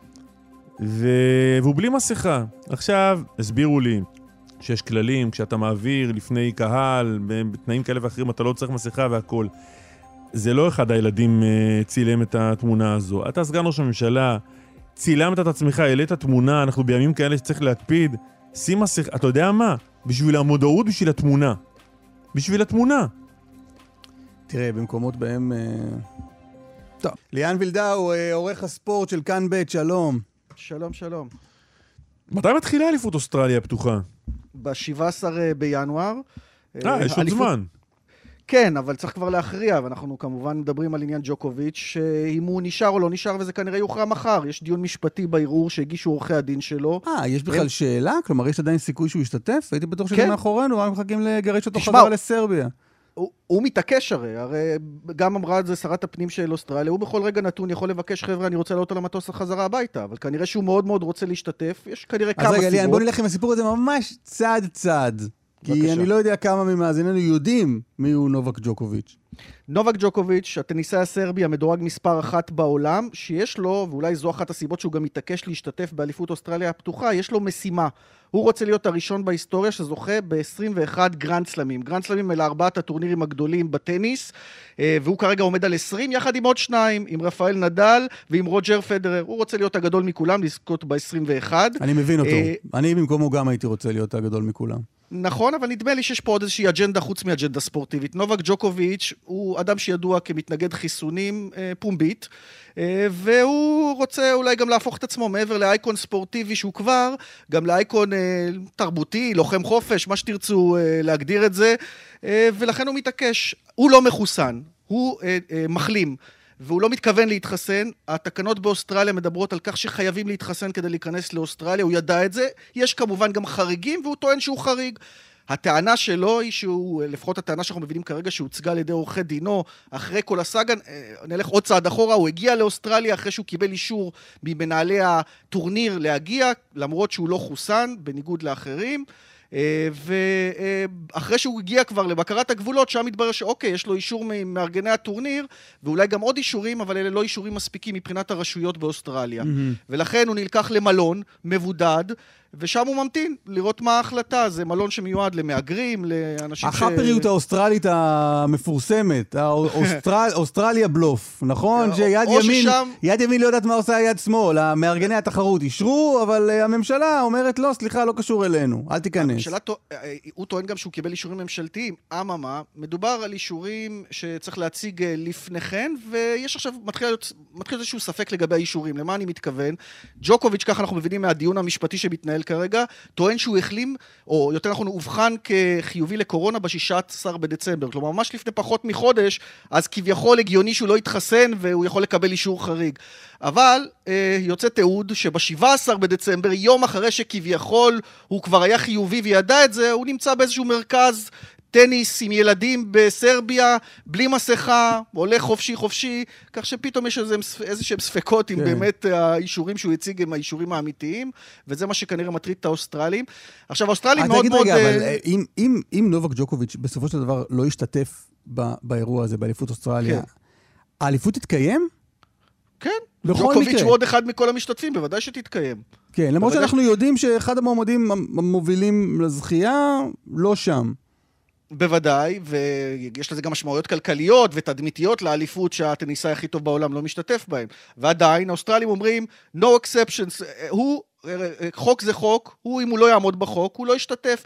והוא בלי מסכה. עכשיו, הסבירו לי שיש כללים, כשאתה מעביר לפני קהל, בתנאים כאלה ואחרים, אתה לא צריך מסכה והכל. זה לא אחד הילדים צילם את התמונה הזו. אתה סגן ראש הממשלה, צילמת את עצמך, העלית התמונה, אנחנו בימים כאלה שצריך להקפיד, שים מסכה, אתה יודע מה? בשביל המודעות, בשביל התמונה. בשביל התמונה. תראה, במקומות בהם... טוב. ליאן וילדאו, עורך הספורט של כאן ב', שלום. שלום, שלום. מתי מתחילה אליפות אוסטרליה הפתוחה? ב-שבעה עשר בינואר. אה, יש עוד זמן. כן, אבל צריך כבר להכריע, ואנחנו כמובן מדברים על עניין ג'וקוביץ', שאם הוא נשאר או לא נשאר, וזה כנראה יוכרע מחר. יש דיון משפטי בערעור שהגישו עורכי הדין שלו. אה, יש בכלל שאלה? כלומר, יש עדיין סיכוי שהוא ישתתף? הייתי בטוח שזה מאחורינו, ואנחנו מחכים לגרש אותו חזרה לסרביה. הוא מתעקש הרי, הרי גם אמרה את זה שרת הפנים של אוסטרליה, הוא בכל רגע נתון יכול לבקש, חבר'ה, אני רוצה לעלות על המטוס החזרה הביתה, אבל כנראה שהוא מאוד מאוד רוצה להשתתף, יש כנראה כמה סיבות. אז רגע, בוא נלך עם הסיפור הזה ממש צעד צעד, כי אני לא יודע כמה ממאזיננו יודעים מי הוא נובק ג'וקוביץ'. נובק ג'וקוביץ', הטניסאי הסרבי, המדורג מספר אחת בעולם, שיש לו, ואולי זו אחת הסיבות שהוא גם מתעקש להשתתף באליפות אוסטרליה הפתוחה, יש לו משימה. הוא רוצה להיות הראשון בהיסטוריה שזוכה ב-עשרים ואחד גרנד סלמים. גרנד סלמים אלה ארבעת הטורנירים הגדולים בטניס, והוא כרגע עומד על עשרים, יחד עם עוד שניים, עם רפאל נדל ועם רוג'ר פדרר. הוא רוצה להיות הגדול מכולם, לזכות ב-עשרים ואחת. אני מבין אותו. אני במקומו גם הייתי רוצה להיות הגדול מכולם. נכון, אבל נדמה לי שיש פה עוד איזושהי אג'נדה חוץ מאג'נדה ספורטיבית. נובק ג'וקוביץ' הוא אדם שידוע כמתנגד חיסונים אה, פומבית, אה, והוא רוצה אולי גם להפוך את עצמו מעבר לאייקון ספורטיבי שהוא כבר, גם לאייקון אה, תרבותי, לוחם חופש, מה שתרצו אה, להגדיר את זה, אה, ולכן הוא מתעקש. הוא לא מחוסן, הוא אה, אה, מחלים. והוא לא מתכוון להתחסן. התקנות באוסטרליה מדברות על כך שחייבים להתחסן כדי להיכנס לאוסטרליה, הוא ידע את זה. יש כמובן גם חריגים, והוא טוען שהוא חריג. הטענה שלו היא שהוא, לפחות הטענה שאנחנו מבינים כרגע, שהוצגה על ידי עורכי דינו, אחרי כל הסאגה, נלך עוד צעד אחורה, הוא הגיע לאוסטרליה אחרי שהוא קיבל אישור ממנהלי הטורניר להגיע, למרות שהוא לא חוסן, בניגוד לאחרים. ואחרי שהוא הגיע כבר לבקרת הגבולות, שם מתברר שאוקיי, יש לו אישור מארגני הטורניר, ואולי גם עוד אישורים, אבל אלה לא אישורים מספיקים מבחינת הרשויות באוסטרליה. ולכן הוא נלקח למלון, מבודד, ושם הוא ממתין לראות מה ההחלטה. זה מלון שמיועד למאגרים, לאנשים ש... החאפריות האוסטרלית המפורסמת, האוסטרליה בלוף, נכון? שיד ימין, יד ימין לא יודעת מה עושה יד שמאל, המארגני התחרות אישרו, אבל הממשלה אומרת לא, סליחה, לא קשור אלינו, אל תיכנס. הוא טוען גם שהוא קיבל אישורים ממשלתיים, אממה, מדובר על אישורים שצריך להציג לפניכן, ויש עכשיו, מתחיל איזשהו ספק לגבי האישורים. למה אני מתכוון? ג'וקוביץ', ככה אנחנו מבינים מהדיון המשפטי שמתנהל כרגע, טוען שהוא החלים, או יותר נכון, הוא הובחן כחיובי לקורונה ב-שישה עשר בדצמבר, כלומר, ממש לפני פחות מחודש, אז כביכול הגיוני שהוא לא יתחסן, והוא יכול לקבל אישור חריג. אבל אה, יוצא תיעוד שב-שבעה עשר בדצמבר, יום אחרי שכביכול הוא כבר היה חיובי וידע את זה, הוא נמצא באיזשהו מרכז טניס עם ילדים בסרביה, בלי מסכה, הולך חופשי חופשי, כך שפתאום יש איזה, איזה שהם ספקות עם באמת האישורים שהוא הציג הם האישורים האמיתיים, וזה מה שכנראה מטריד את האוסטרלים. עכשיו, האוסטרלים מאוד מאוד... רגע, אבל אם, אם, אם נובק ג'וקוביץ' בסופו של דבר לא ישתתף באירוע הזה, באליפות אוסטרליה, האליפות תתקיים? כן. ג'וקוביץ' הוא עוד אחד מכל המשתתפים, בוודאי שתתקיים. כן, למרות שאנחנו יודעים שאחד המועמדים המובילים לזכייה לא שם. בוודאי, ויש לזה גם משמעויות כלכליות ותדמיתיות לאליפות שהטניסאי הכי טוב בעולם לא משתתף בהם. ועדיין, האוסטרלים אומרים, no exceptions, הוא, חוק זה חוק, הוא אם הוא לא יעמוד בחוק, הוא לא ישתתף.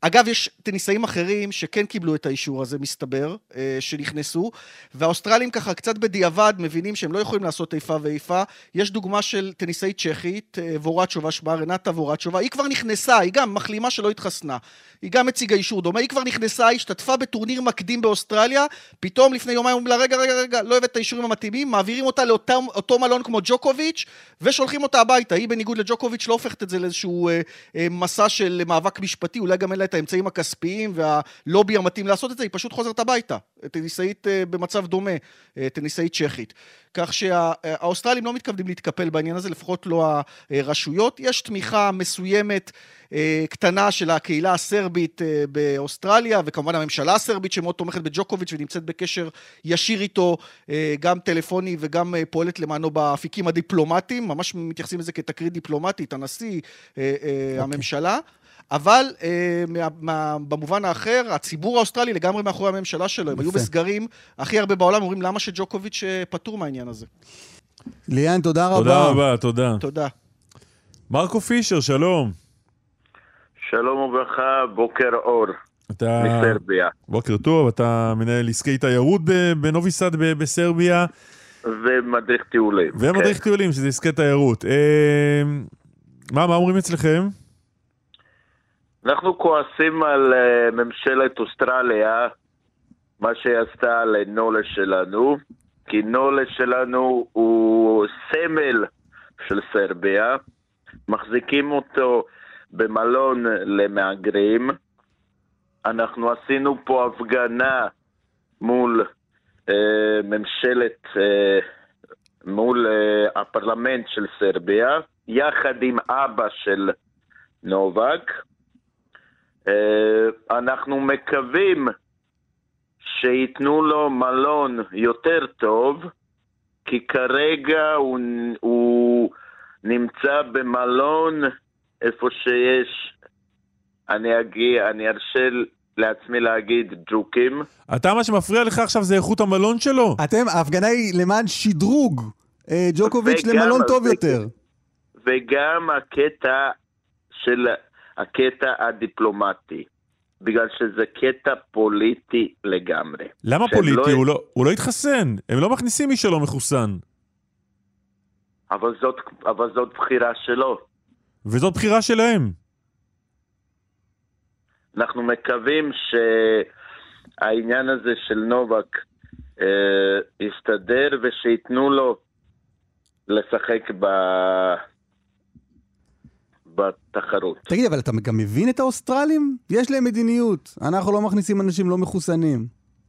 אגב, יש טניסאים אחרים שכן קיבלו את האישור הזה, מסתבר, שנכנסו, והאוסטרלים ככה קצת בדיעבד מבינים שהם לא יכולים לעשות איפה ואיפה. יש דוגמה של טניסאית צ'כית, וורצ'ובה שמה, רנטה וורצ'ובה, היא כבר נכנסה, היא גם מחלימה שלא התחסנה. היא גם הציגה אישור דומה, היא כבר נכנסה, היא השתתפה בטורניר מקדים באוסטרליה, פתאום לפני יומיים אומרים לה, רגע, רגע, רגע, לא הבאת את האישורים המתאימים, מעבירים אותה לאותו מלון כמו ג'וקוביץ' ושולחים אותה הביתה. היא בניגוד לג'וקוביץ' לא הופכת את זה לאיזשהו אה, אה, מסע של מאבק משפטי, אולי גם אין לה את האמצעים הכספיים והלובי המתאים לעשות את זה, היא פשוט חוזרת הביתה. טניסאית אה, במצב דומה, אה, טניסאית צ'כית. כך שהאוסטרלים לא מתכוונים להתקפל בעניין הזה, לפחות לא הרשויות. יש תמיכה מסוימת קטנה של הקהילה הסרבית באוסטרליה, וכמובן הממשלה הסרבית שמאוד תומכת בג'וקוביץ' ונמצאת בקשר ישיר איתו, גם טלפוני וגם פועלת למענו באפיקים הדיפלומטיים, ממש מתייחסים לזה כתקרית דיפלומטית, הנשיא, הממשלה. אבל מה, מה, במובן האחר, הציבור האוסטרלי לגמרי מאחורי הממשלה שלו, הם היו בסגרים הכי הרבה בעולם, אומרים למה שג'וקוביץ' פטור מהעניין הזה. ליאן, תודה רבה. תודה רבה, תודה. תודה. מרקו פישר, שלום. שלום וברכה, בוקר אור, אתה... מסרביה. בוקר טוב, אתה מנהל עסקי תיירות בנובי סאד בסרביה. ומדריך טיולים. ומדריך כן. טיולים, שזה עסקי תיירות. אה... מה, מה אומרים אצלכם? אנחנו כועסים על uh, ממשלת אוסטרליה, מה שהיא עשתה לנולה שלנו, כי נולה שלנו הוא סמל של סרביה, מחזיקים אותו במלון למהגרים, אנחנו עשינו פה הפגנה מול uh, ממשלת, uh, מול uh, הפרלמנט של סרביה, יחד עם אבא של נובק, אנחנו מקווים שיתנו לו מלון יותר טוב, כי כרגע הוא, הוא נמצא במלון איפה שיש, אני אגיע, אני ארשה לעצמי להגיד ג'וקים. אתה מה שמפריע לך עכשיו זה איכות המלון שלו? אתם, ההפגנה היא למען שדרוג ג'וקוביץ' למלון טוב יותר. וגם הקטע של... הקטע הדיפלומטי, בגלל שזה קטע פוליטי לגמרי. למה פוליטי? לא... הוא, לא, הוא לא התחסן. הם לא מכניסים מי שלא מחוסן. אבל זאת, אבל זאת בחירה שלו. וזאת בחירה שלהם. אנחנו מקווים שהעניין הזה של נובק אה, יסתדר, ושיתנו לו לשחק ב... בתחרות. תגיד, אבל אתה גם מבין את האוסטרלים? יש להם מדיניות. אנחנו לא מכניסים אנשים לא מחוסנים.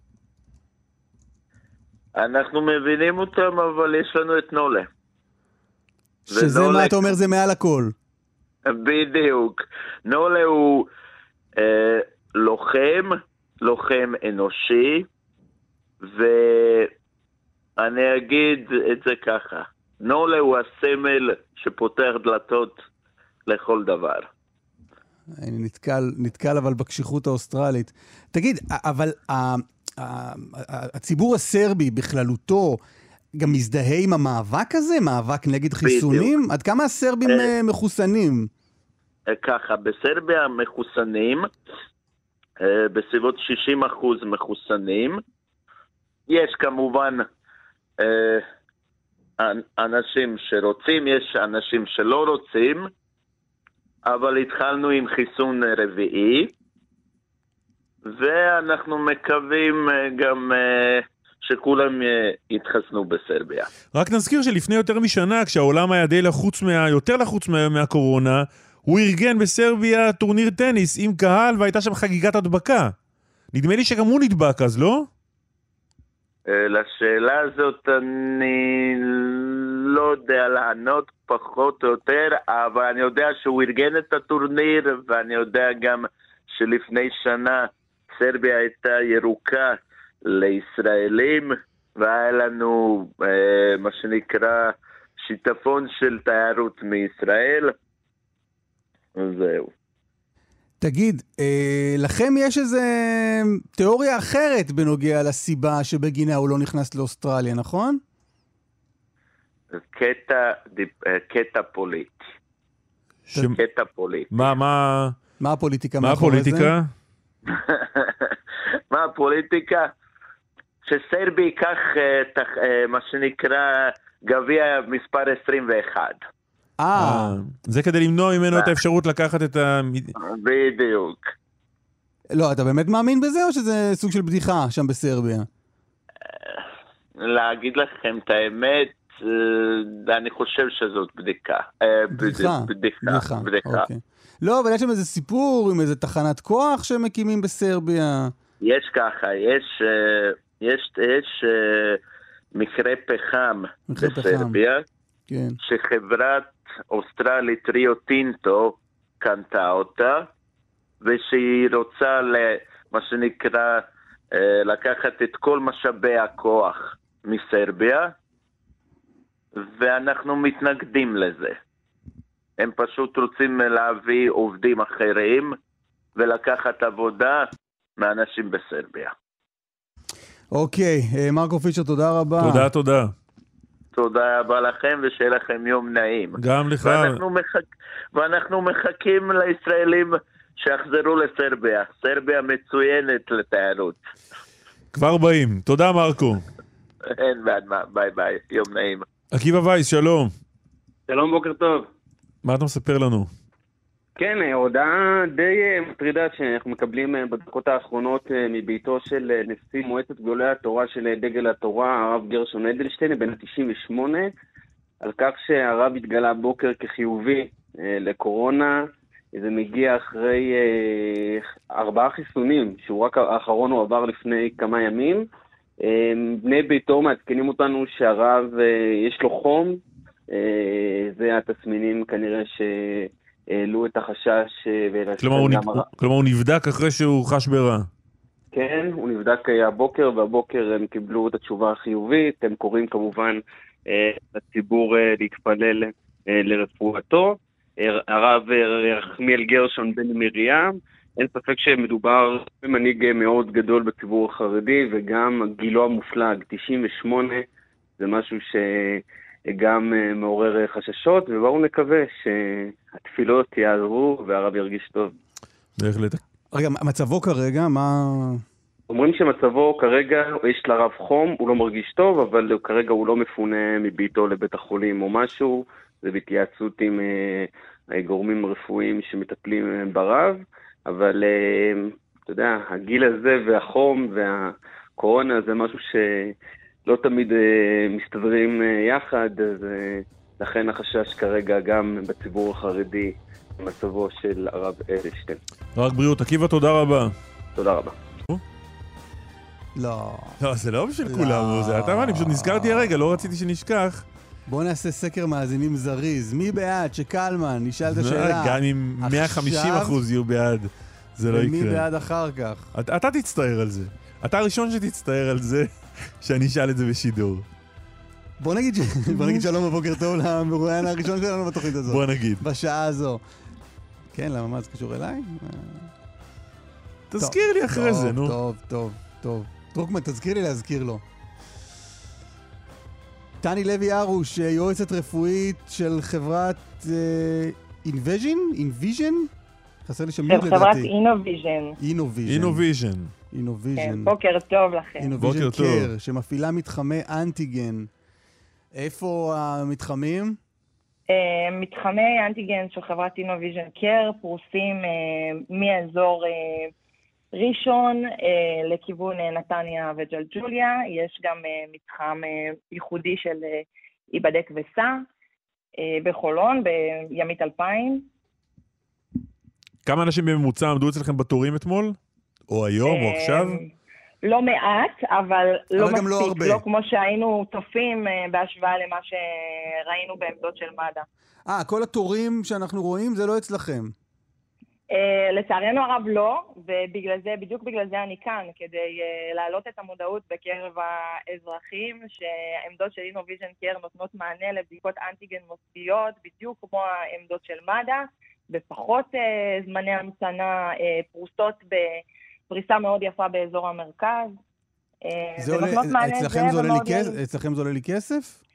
אנחנו מבינים אותם, אבל יש לנו את נולה. שזה ונולה... מה אתה אומר, זה מעל הכל. בדיוק. נולה הוא אה, לוחם, לוחם אנושי, ואני אגיד את זה ככה. נולה הוא הסמל שפותח דלתות לכל דבר. אני נתקל, נתקל אבל בקשיחות האוסטרלית. תגיד, אבל הציבור הסרבי בכללותו גם מזדהה עם המאבק הזה? מאבק נגד חיסונים? עד כמה הסרבים מחוסנים? ככה, בסרביה מחוסנים, בסביבות שישים אחוז מחוסנים. יש כמובן אנשים שרוצים, יש אנשים שלא רוצים, אבל התחלנו עם חיסון רביעי, ואנחנו מקווים גם שכולם יתחסנו בסרביה. רק נזכיר שלפני יותר משנה, כשהעולם היה די לחוץ מה, יותר לחוץ מה, מהקורונה, הוא ארגן בסרביה טורניר טניס עם קהל, והייתה שם חגיגת הדבקה. נדמה לי שגם הוא נדבק אז, לא? לשאלה הזאת אני לא יודע לענות פחות או יותר, אבל אני יודע שהוא ארגן את הטורניר, ואני יודע גם שלפני שנה סרביה הייתה ירוקה לישראלים, והיה לנו אה, מה שנקרא שיטפון של תיירות מישראל, וזהו. תגיד, אה, לכם יש איזה תיאוריה אחרת בנוגע לסיבה שבגינה הוא לא נכנס לאוסטרליה, נכון? קטע, קטע פוליטי. ש... קטע פוליטי. מה, מה... מה הפוליטיקה מה מאחורי זה? הפוליטיקה? מה הפוליטיקה? שסרבי ייקח uh, תח, uh, מה שנקרא גביע מספר עשרים ואחת. אה, זה כדי למנוע ממנו את האפשרות לקחת את ה... בדיוק. לא, אתה באמת מאמין בזה, או שזה סוג של בדיחה שם בסרביה? להגיד לכם את האמת, אני חושב שזאת בדיקה. בדיחה. בדיחה. בדיחה. אוקיי. לא, אבל יש שם איזה סיפור עם איזה תחנת כוח שמקימים בסרביה. יש ככה, יש, יש, יש מקרה פחם בסרביה, כן. שחברת אוסטרלית ריו טינטו קנתה אותה, ושהיא רוצה מה שנקרא לקחת את כל משאבי הכוח מסרביה, ואנחנו מתנגדים לזה. הם פשוט רוצים להביא עובדים אחרים ולקחת עבודה מאנשים בסרביה. אוקיי, מרקו פישר, תודה רבה. תודה, תודה. תודה רבה לכם, ושיהיה לכם יום נעים. גם לך. ואנחנו, מחכ... ואנחנו מחכים לישראלים שיחזרו לסרביה. סרביה מצוינת לתיירות. כבר באים. תודה, מרקו. אין בעד מה, ביי ביי, יום נעים. עקיבא וייס, שלום. שלום, בוקר טוב. מה אתה מספר לנו? כן, הודעה די מטרידה שאנחנו מקבלים בדקות האחרונות מביתו של נשיא מועצת גדולי התורה של דגל התורה, הרב גרשון אדלשטיין, בן תשעים ושמונה, על כך שהרב התגלה בוקר כחיובי לקורונה. זה מגיע אחרי ארבעה חיסונים, שהוא רק האחרון הוא עבר לפני כמה ימים. בני ביתו מעדכנים אותנו שהרב יש לו חום, זה התסמינים כנראה שהעלו את החשש. כלומר הוא, נב... הרב... כלומר הוא נבדק אחרי שהוא חש ברע. כן, הוא נבדק הבוקר, והבוקר הם קיבלו את התשובה החיובית. הם קוראים כמובן לציבור להתפלל לרפואתו. הרב יחמיאל גרשון בן מרים, אין ספק שמדובר במנהיג מאוד גדול בציבור החרדי, וגם גילו המופלג, תשעים ושמונה, זה משהו שגם מעורר חששות, ובואו נקווה שהתפילות יעזרו והרב ירגיש טוב. בהחלט. רגע, מצבו כרגע, מה... אומרים שמצבו כרגע, יש לרב חום, הוא לא מרגיש טוב, אבל כרגע הוא לא מפונה מביתו לבית החולים או משהו, זה בהתייעצות עם uh, גורמים רפואיים שמטפלים ברב, אבל uh, אתה יודע, הגיל הזה והחום והקורונה זה משהו שלא תמיד uh, מסתדרים uh, יחד, אז uh, לכן החשש כרגע גם בציבור החרדי במצבו של הרב אדלשטיין. רק בריאות, עקיבא, תודה רבה. תודה רבה. לא. לא, זה לא בשביל כולם, זה אתה מה, אני פשוט נזכרתי הרגע, לא רציתי שנשכח. בואו נעשה סקר מאזינים זריז. מי בעד שקלמן נשאל את השאלה? גם אם מאה וחמישים אחוז יהיו בעד, זה לא יקרה. ומי בעד אחר כך? אתה, אתה תצטער על זה. אתה הראשון שתצטער על זה שאני אשאל את זה בשידור. בוא נגיד, ש... בוא נגיד שלום ובוקר טוב למרואיין הראשון שלנו בתוכנית הזאת. בוא נגיד. בשעה הזו. כן, למה מה זה קשור אליי? תזכיר לי אחרי זה, נו. טוב, טוב, טוב. דרוקמן, תזכיר לי להזכיר לו. טני לוי ארוש, יועצת רפואית של חברת אינוויז'ן? אינוויז'ן? חסר לי שם מיד לדעתי. של חברת אינוויז'ן. אינוויז'ן. אינוויז'ן. אינוויז'ן. בוקר טוב לכם. בוקר טוב. אינוויז'ן קר, שמפעילה מתחמי אנטיגן. איפה המתחמים? מתחמי אנטיגן של חברת אינוויז'ן קר פרוסים מאזור ראשון לכיוון נתניה וג'לג'וליה. יש גם מתחם ייחודי של ייבדק וסע בחולון, בימית אלפיים. כמה אנשים בממוצע עמדו אצלכם בתורים אתמול? או היום, או עכשיו? לא מעט, אבל לא מספיק. לא הרבה. לא כמו שהיינו תופים בהשוואה למה שראינו בעמדות של מד"א. אה, כל התורים שאנחנו רואים זה לא אצלכם. לצערנו הרב לא, ובגלל זה, בדיוק בגלל זה אני כאן, כדי להעלות את המודעות בקרב האזרחים, שהעמדות של אינוויז'ן קר נותנות מענה לבדיקות אנטיגן מוסדיות, בדיוק כמו העמדות של מד"א, בפחות זמני המתנה, פרוסות בפריסה מאוד יפה באזור המרכז. אצלכם זה עולה לי כסף?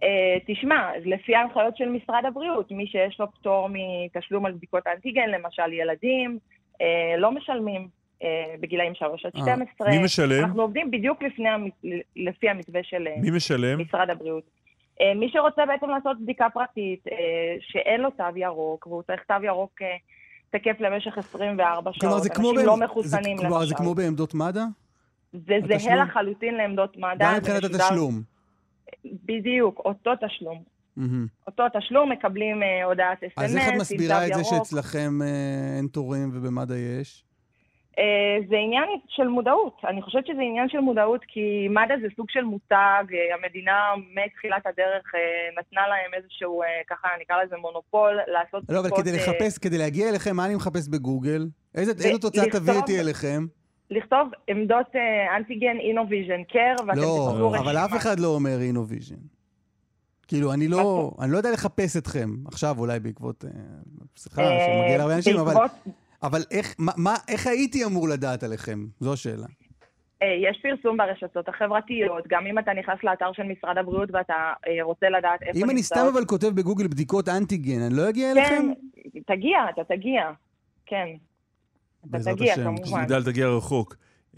תשמע, לפי ההנחיות של משרד הבריאות, מי שיש לו פטור מתשלום על בדיקות האנטיגן, למשל ילדים, לא משלמים בגילאים שלוש עד שתים עשרה. מי משלם? אנחנו עובדים בדיוק לפי המתווה של משרד הבריאות. מי שרוצה בעצם לעשות בדיקה פרטית, שאין לו תו ירוק, והוא צריך תו ירוק תקף למשך עשרים וארבע שעות, אנשים לא מחוסנים למשל. כלומר, זה כמו בעמדות מד"א? זה זהה לחלוטין לעמדות מד"א. גם מבחינת התשלום. בדיוק, אותו תשלום. אותו תשלום, מקבלים הודעת אס אם אס, אז איך את מסבירה את זה שאצלכם אין תורים ובמד"א יש? זה עניין של מודעות. אני חושבת שזה עניין של מודעות, כי מד"א זה סוג של מותג, המדינה מתחילת הדרך נתנה להם איזשהו, ככה נקרא לזה מונופול, לעשות... לא, אבל כדי לחפש, כדי להגיע אליכם, מה אני מחפש בגוגל? איזו תוצאה תביא אותי אליכם? לכתוב עמדות אנטיגן אינוויז'ן קר, ואתם תקבלו רשימה. אבל אף אחד לא אומר אינוויז'ן. כאילו, אני לא, אני לא יודע לחפש אתכם, עכשיו אולי בעקבות שיחה שמגיע להרבה אנשים, אבל... אבל איך, מה, איך הייתי אמור לדעת עליכם? זו השאלה. יש פרסום ברשתות החברתיות, גם אם אתה נכנס לאתר של משרד הבריאות ואתה רוצה לדעת איפה נמצאות. אם אני סתם אבל כותב בגוגל בדיקות אנטיגן, אני לא אגיע אליכם? כן, תגיע, אתה תגיע. כן. אתה תגיע, כמובן. שתגדל, תגיע רחוק.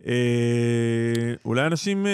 אולי אנשים...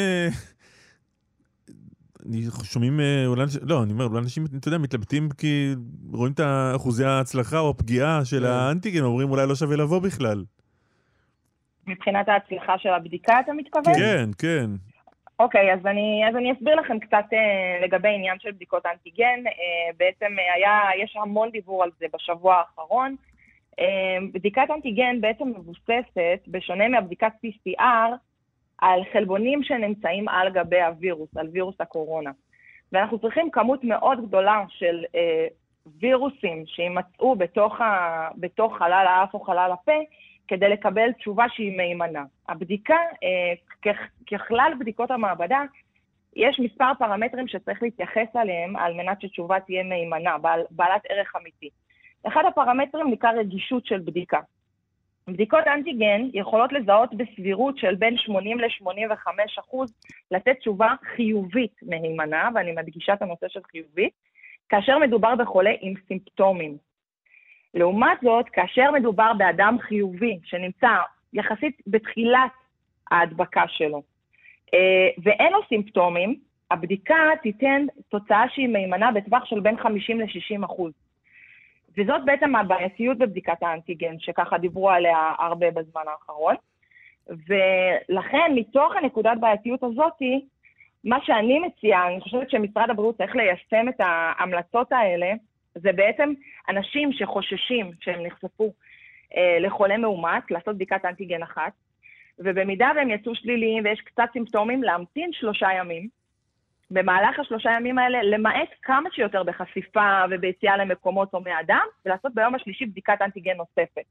אני שומעים, לא, אני אומר, אולי אנשים, אתה יודע, מתלבטים כי רואים את אחוזי ההצלחה או הפגיעה של האנטיגן, אומרים אולי לא שווה לבוא בכלל. מבחינת ההצלחה של הבדיקה, אתה מתכוון? כן, כן. אוקיי, אז אני, אז אני אסביר לכם קצת לגבי עניין של בדיקות אנטיגן. בעצם היה, יש המון דיבור על זה בשבוע האחרון. בדיקת אנטיגן בעצם מבוססת, בשונה מהבדיקת פי סי אר, על חלבונים שנמצאים על גבי הווירוס, על וירוס הקורונה. ואנחנו צריכים כמות מאוד גדולה של אה, וירוסים שימצאו בתוך, ה, בתוך חלל האף או חלל הפה, כדי לקבל תשובה שהיא מהימנה. הבדיקה, אה, כ, ככלל בדיקות המעבדה, יש מספר פרמטרים שצריך להתייחס עליהם, על מנת שתשובה תהיה מהימנה, בעל, בעלת ערך אמיתי. אחד הפרמטרים נקרא רגישות של בדיקה. בדיקות אנטיגן יכולות לזהות בסבירות של בין שמונים ל-שמונים וחמישה אחוז לתת תשובה חיובית מהימנה, ואני מדגישה את הנושא של חיובית, כאשר מדובר בחולה עם סימפטומים. לעומת זאת, כאשר מדובר באדם חיובי שנמצא יחסית בתחילת ההדבקה שלו, ואין לו סימפטומים, הבדיקה תיתן תוצאה שהיא מהימנה בטווח של בין חמישים ל-שישים אחוז. וזאת בעצם הבעייתיות בבדיקת האנטיגן, שככה דיברו עליה הרבה בזמן האחרון. ולכן, מתוך הנקודת בעייתיות הזאת, מה שאני מציעה, אני חושבת שמשרד הבריאות צריך ליישם את ההמלצות האלה, זה בעצם אנשים שחוששים שהם נחשפו אה, לחולה מאומת, לעשות בדיקת אנטיגן אחת, ובמידה והם יצאו שליליים ויש קצת סימפטומים, להמתין שלושה ימים, במהלך השלושה ימים האלה, למעט כמה שיותר בחשיפה וביציאה למקומות או מאדם, ולעשות ביום השלישי בדיקת אנטיגן נוספת.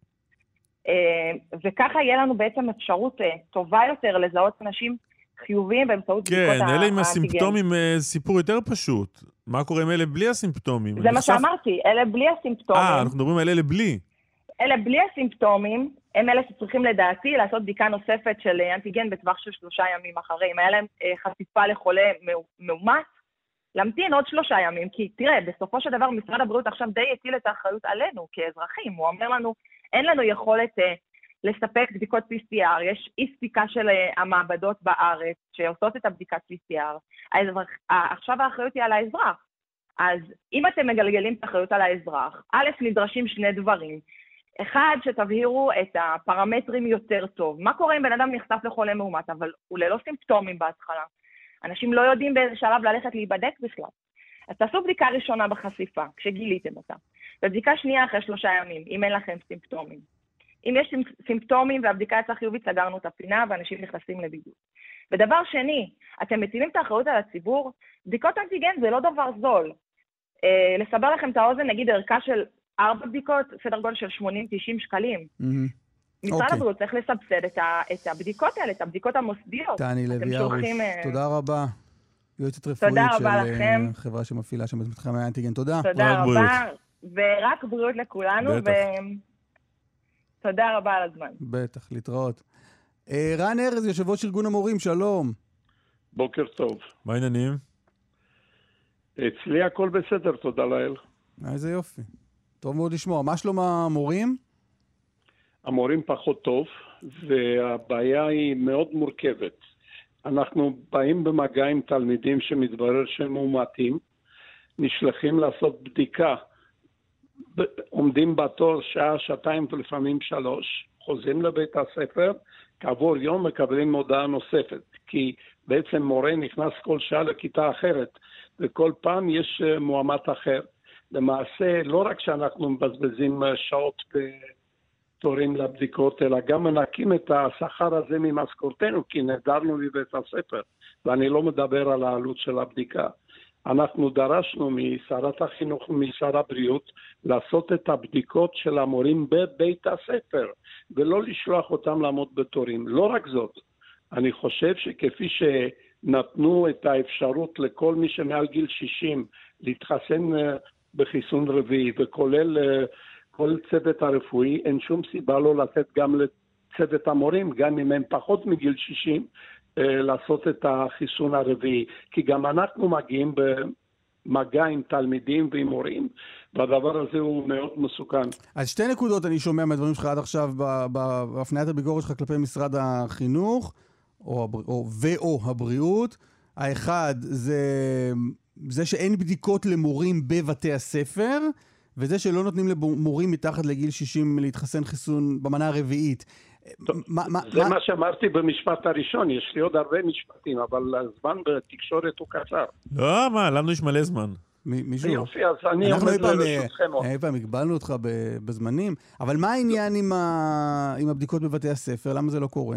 וככה יהיה לנו בעצם אפשרות טובה יותר לזהות אנשים חיוביים באמצעות בדיקות האנטיגן. כן, אלה עם הסימפטומים סיפור יותר פשוט. מה קורה עם אלה בלי הסימפטומים? זה מה שאמרתי, אלה בלי הסימפטומים. אה, אנחנו מדברים על אלה בלי. אלה בלי הסימפטומים, הם אלה שצריכים לדעתי לעשות בדיקה נוספת של אנטיגן בטווח של שלושה ימים אחרי. אם היה להם חשיפה לחולה מאומת, להמתין עוד שלושה ימים, כי תראה, בסופו של דבר משרד הבריאות עכשיו די הטיל את האחריות עלינו כאזרחים. הוא אומר לנו, אין לנו יכולת אה, לספק בדיקות פי סי אר, יש אי ספיקה של אה, המעבדות בארץ שעושות את הבדיקת פי סי אר. האזרח, אה, עכשיו האחריות היא על האזרח. אז אם אתם מגלגלים את האחריות על האזרח, א', נדרשים שני דברים. אחד, שתבהירו את הפרמטרים יותר טוב. מה קורה אם בן אדם נחשף לחולה מאומת, אבל הוא ללא סימפטומים בהתחלה. אנשים לא יודעים באיזה שלב ללכת להיבדק בכלל. אז תעשו בדיקה ראשונה בחשיפה, כשגיליתם אותה. ובדיקה שנייה אחרי שלושה ימים, אם אין לכם סימפטומים. אם יש סימפטומים והבדיקה יצאה חיובית, סגרנו את הפינה ואנשים נכנסים לבידוד. ודבר שני, אתם מטילים את האחריות על הציבור, בדיקות אנטיגן זה לא דבר זול. אה, לסבר לכם את האוזן, נגיד ערכה של ארבע בדיקות, סדר גודל של שמונים תשעים שקלים. משרד הבריאות צריך לסבסד את הבדיקות האלה, את הבדיקות המוסדיות. תני לוי ארוש, תודה רבה. יועצת רפואית של חברה שמפעילה שם את מתחמי האנטיגן. תודה. תודה רבה, ורק בריאות לכולנו, ותודה רבה על הזמן. בטח, להתראות. רן ארז, יושב ראש ארגון המורים, שלום. בוקר טוב. מה העניינים? אצלי הכל בסדר, תודה לאל. איזה יופי. טוב מאוד לשמוע. מה שלום המורים? המורים פחות טוב, והבעיה היא מאוד מורכבת. אנחנו באים במגע עם תלמידים שמתברר שהם מאומתים, נשלחים לעשות בדיקה, עומדים בתור שעה, שעתיים ולפעמים שלוש, חוזרים לבית הספר, כעבור יום מקבלים הודעה נוספת, כי בעצם מורה נכנס כל שעה לכיתה אחרת, וכל פעם יש מועמד אחר. למעשה, לא רק שאנחנו מבזבזים שעות בתורים לבדיקות, אלא גם מנקים את השכר הזה ממשכורתנו, כי נהדרנו מבית הספר, ואני לא מדבר על העלות של הבדיקה. אנחנו דרשנו משרת החינוך ומשרד הבריאות לעשות את הבדיקות של המורים בבית הספר, ולא לשלוח אותם לעמוד בתורים. לא רק זאת, אני חושב שכפי שנתנו את האפשרות לכל מי שמעל גיל שישים להתחסן בחיסון רביעי, וכולל כל צוות הרפואי, אין שום סיבה לא לתת גם לצוות המורים, גם אם הם פחות מגיל שישים, לעשות את החיסון הרביעי, כי גם אנחנו מגיעים במגע עם תלמידים ועם מורים, והדבר הזה הוא מאוד מסוכן. אז שתי נקודות אני שומע מהדברים שלך עד עכשיו בהפניית הביקורת שלך כלפי משרד החינוך או, או, ואו הבריאות. האחד זה, זה שאין בדיקות למורים בבתי הספר, וזה שלא נותנים למורים מתחת לגיל שישים להתחסן חיסון במנה הרביעית. טוב, מה, זה מה... מה שאמרתי במשפט הראשון, יש לי עוד הרבה משפטים, אבל הזמן בתקשורת הוא קצר. לא, מה, לנו יש מלא זמן. מישהו? יופי, אז אני עומד לרשותכם. אי פעם הגבלנו אותך בזמנים, אבל מה העניין עם, ה... עם הבדיקות בבתי הספר? למה זה לא קורה?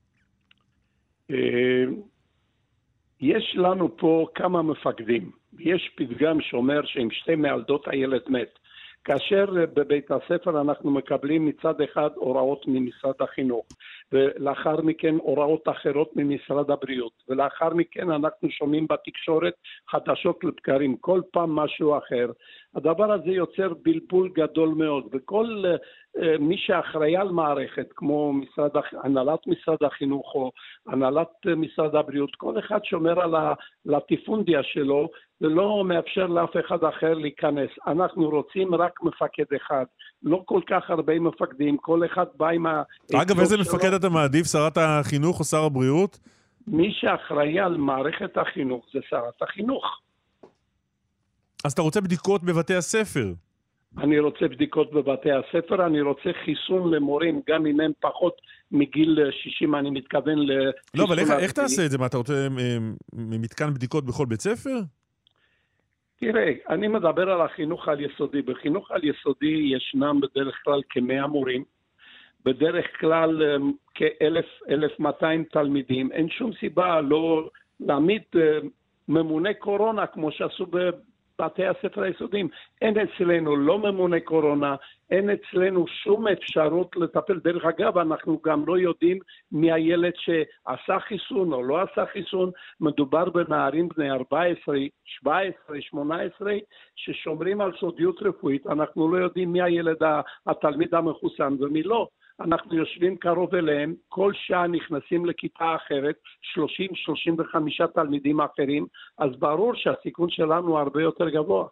יש לנו פה כמה מפקדים. יש פתגם שאומר שעם שתי מילדות הילד מת. כאשר בבית הספר אנחנו מקבלים מצד אחד הוראות ממשרד החינוך, ולאחר מכן הוראות אחרות ממשרד הבריאות, ולאחר מכן אנחנו שומעים בתקשורת חדשות לבקרים, כל פעם משהו אחר. הדבר הזה יוצר בלבול גדול מאוד, וכל uh, מי שאחראי על מערכת, כמו משרד, הנהלת משרד החינוך או הנהלת uh, משרד הבריאות, כל אחד שומר על הלטיפונדיה שלו, ולא מאפשר לאף אחד אחר להיכנס. אנחנו רוצים רק מפקד אחד, לא כל כך הרבה מפקדים, כל אחד בא עם ה... אגב, איזה מפקד אתה מעדיף, שרת החינוך או שר הבריאות? מי שאחראי על מערכת החינוך זה שרת החינוך. אז אתה רוצה בדיקות בבתי הספר? אני רוצה בדיקות בבתי הספר, אני רוצה חיסון למורים, גם אם הם פחות מגיל שישים, אני מתכוון לחיסון... לא, אבל איך, איך תעשה את זה? מה, אתה רוצה מתקן בדיקות בכל בית ספר? תראה, אני מדבר על החינוך על יסודי. בחינוך על יסודי ישנם בדרך כלל כמאה מורים, בדרך כלל כ-אלף, אלף מאתיים תלמידים. אין שום סיבה לא להעמיד ממוני קורונה כמו שעשו בבתי הספר היסודיים. אין אצלנו לא ממוני קורונה, אין אצלנו שום אפשרות לטפל. דרך אגב, אנחנו גם לא יודעים מי הילד שעשה חיסון או לא עשה חיסון. מדובר בנערים בני ארבע עשרה, שבע עשרה, שמונה עשרה, ששומרים על סודיות רפואית. אנחנו לא יודעים מי הילד, התלמיד המחוסן ומי לא. אנחנו יושבים קרוב אליהם, כל שעה נכנסים לכיתה אחרת, שלושים שלושים וחמישה תלמידים אחרים, אז ברור שהסיכון שלנו הרבה יותר גבוה.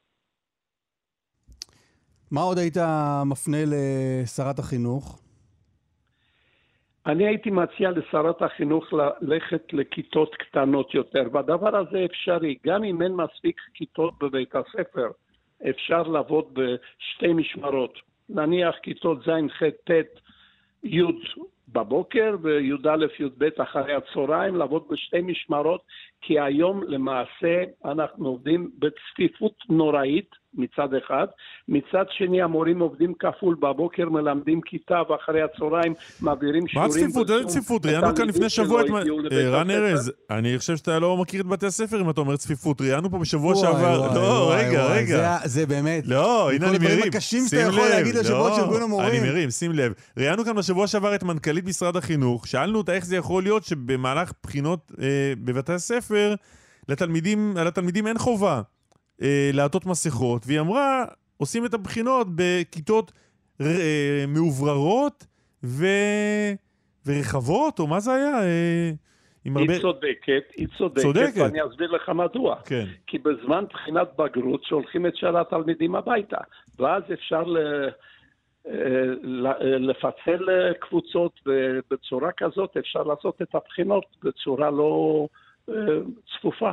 מה עוד היית מפנה לשרת החינוך? אני הייתי מציע לשרת החינוך ללכת לכיתות קטנות יותר, והדבר הזה אפשרי, גם אם אין מספיק כיתות בבית הספר, אפשר לעבוד בשתי משמרות. נניח כיתות ז', ח', ט', י' בבוקר וי' א', י' ב' אחרי הצהריים, לעבוד בשתי משמרות, כי היום למעשה אנחנו עובדים בצפיפות נוראית מצד אחד, מצד שני המורים עובדים כפול, בבוקר מלמדים כיתה ואחרי הצהריים מעבירים שיעורים. מה צפיפות? איזה צפיפות? ראיינו כאן לפני שבוע את... רן ארז, אני חושב שאתה לא מכיר את בתי הספר אם אתה אומר צפיפות. ראיינו פה בשבוע שעבר... לא, רגע, רגע. זה באמת... לא, הנה אני מרים. הקשים שאתה יכול להגיד לשבוע של ארגון המורים. אני מרים, שים לב. ראיינו כאן בשבוע שעבר את מנכ"לית משרד החינוך, שאלנו אותה איך זה יכול להיות שבמהלך בחינות בבתי הספר לתלמידים, על התלמידים אין חובה לעטות מסכות, והיא אמרה, עושים את הבחינות בכיתות מאובררות ו... ורחבות, או מה זה היה? עם היא הרבה... צודקת, היא צודקת, צודקת. ואני אסביר לך מדוע. כן. כי בזמן בחינת בגרות שולחים את שאר התלמידים הביתה, ואז אפשר ל... לפצל קבוצות, ובצורה כזאת אפשר לעשות את הבחינות בצורה לא צפופה.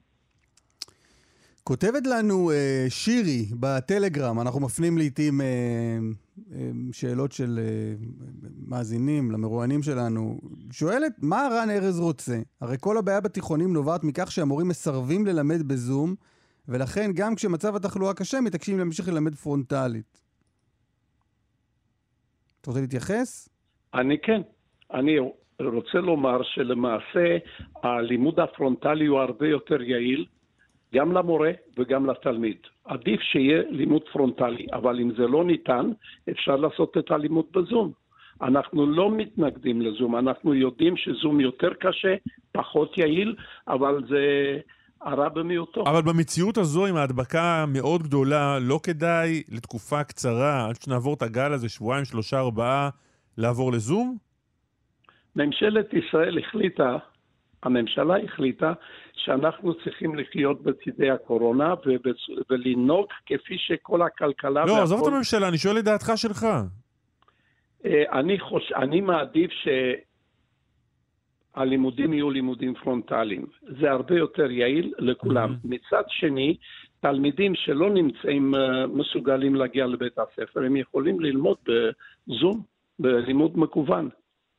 כותבת לנו uh, שירי בטלגרם, אנחנו מפנים לעתים uh, uh, שאלות של uh, מאזינים למרואיינים שלנו, שואלת מה רן ארז רוצה? הרי כל הבעיה בתיכונים נובעת מכך שהמורים מסרבים ללמד בזום, ולכן גם כשמצב התחלואה קשה מתעקשים להמשיך ללמד פרונטלית. אתה רוצה להתייחס? אני כן. אני רוצה לומר שלמעשה הלימוד הפרונטלי הוא הרבה יותר יעיל, גם למורה וגם לתלמיד. עדיף שיהיה לימוד פרונטלי, אבל אם זה לא ניתן, אפשר לעשות את הלימוד בזום. אנחנו לא מתנגדים לזום, אנחנו יודעים שזום יותר קשה, פחות יעיל, אבל זה הרע במיעוטו. אבל במציאות הזו, עם ההדבקה מאוד גדולה, לא כדאי לתקופה קצרה, עד שנעבור את הגל הזה, שבועיים, שלושה, ארבעה, לעבור לזום? ממשלת ישראל החליטה, הממשלה החליטה, שאנחנו צריכים לחיות בצדי הקורונה, ולנהוג כפי שכל הכלכלה... לא, עזוב את הממשלה, אני שואל את דעתך שלך. אני חוש... אני מעדיף שהלימודים יהיו לימודים פרונטליים. זה הרבה יותר יעיל לכולם. מצד שני, תלמידים שלא נמצאים מסוגלים להגיע לבית הספר, הם יכולים ללמוד בזום, בלימוד מקוון.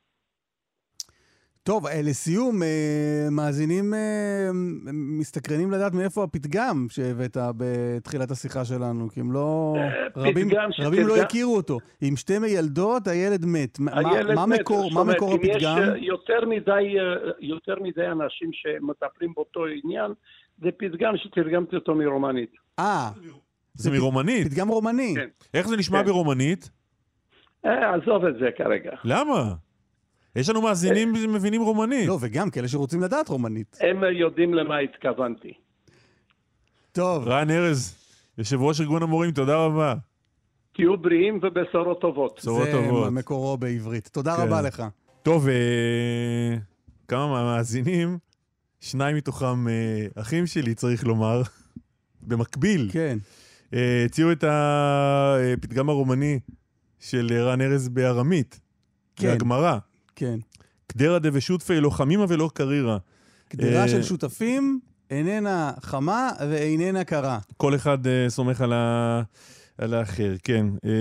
טוב, לסיום, מאזינים מסתקרנים לדעת מאיפה הפתגם שהבאת בתחילת השיחה שלנו, כי הם לא... רבים, רבים לא הכירו אותו. עם שתי מילדות, הילד מת. הילד מה מת. מקור, מה מקור הפתגם? יש יותר מדי, יותר מדי אנשים שמטפלים באותו עניין, זה פתגם שתרגמתי אותו מרומנית. אה. זה מרומנית? פתגם רומני. כן. איך זה נשמע ברומנית? עזוב את זה כרגע. למה? יש לנו מאזינים שמבינים רומנית. לא, וגם כאלה שרוצים לדעת רומנית. הם יודעים למה התכוונתי. טוב. רן ארז, יושב ראש ארגון המורים, תודה רבה. תהיו בריאים ובשורות טובות. בשורות טובות. זה מקורו בעברית. תודה רבה לך. טוב, כמה מהמאזינים, שניים מתוכם אחים שלי, צריך לומר, במקביל. כן. הציעו את הפתגם הרומני של רן ארז בארמית. כן. והגמרא. כן. קדרה דבשותפי לא חמימה ולא קרירה. קדרה של שותפים איננה חמה ואיננה קרה. כל אחד סומך על האחר, כן.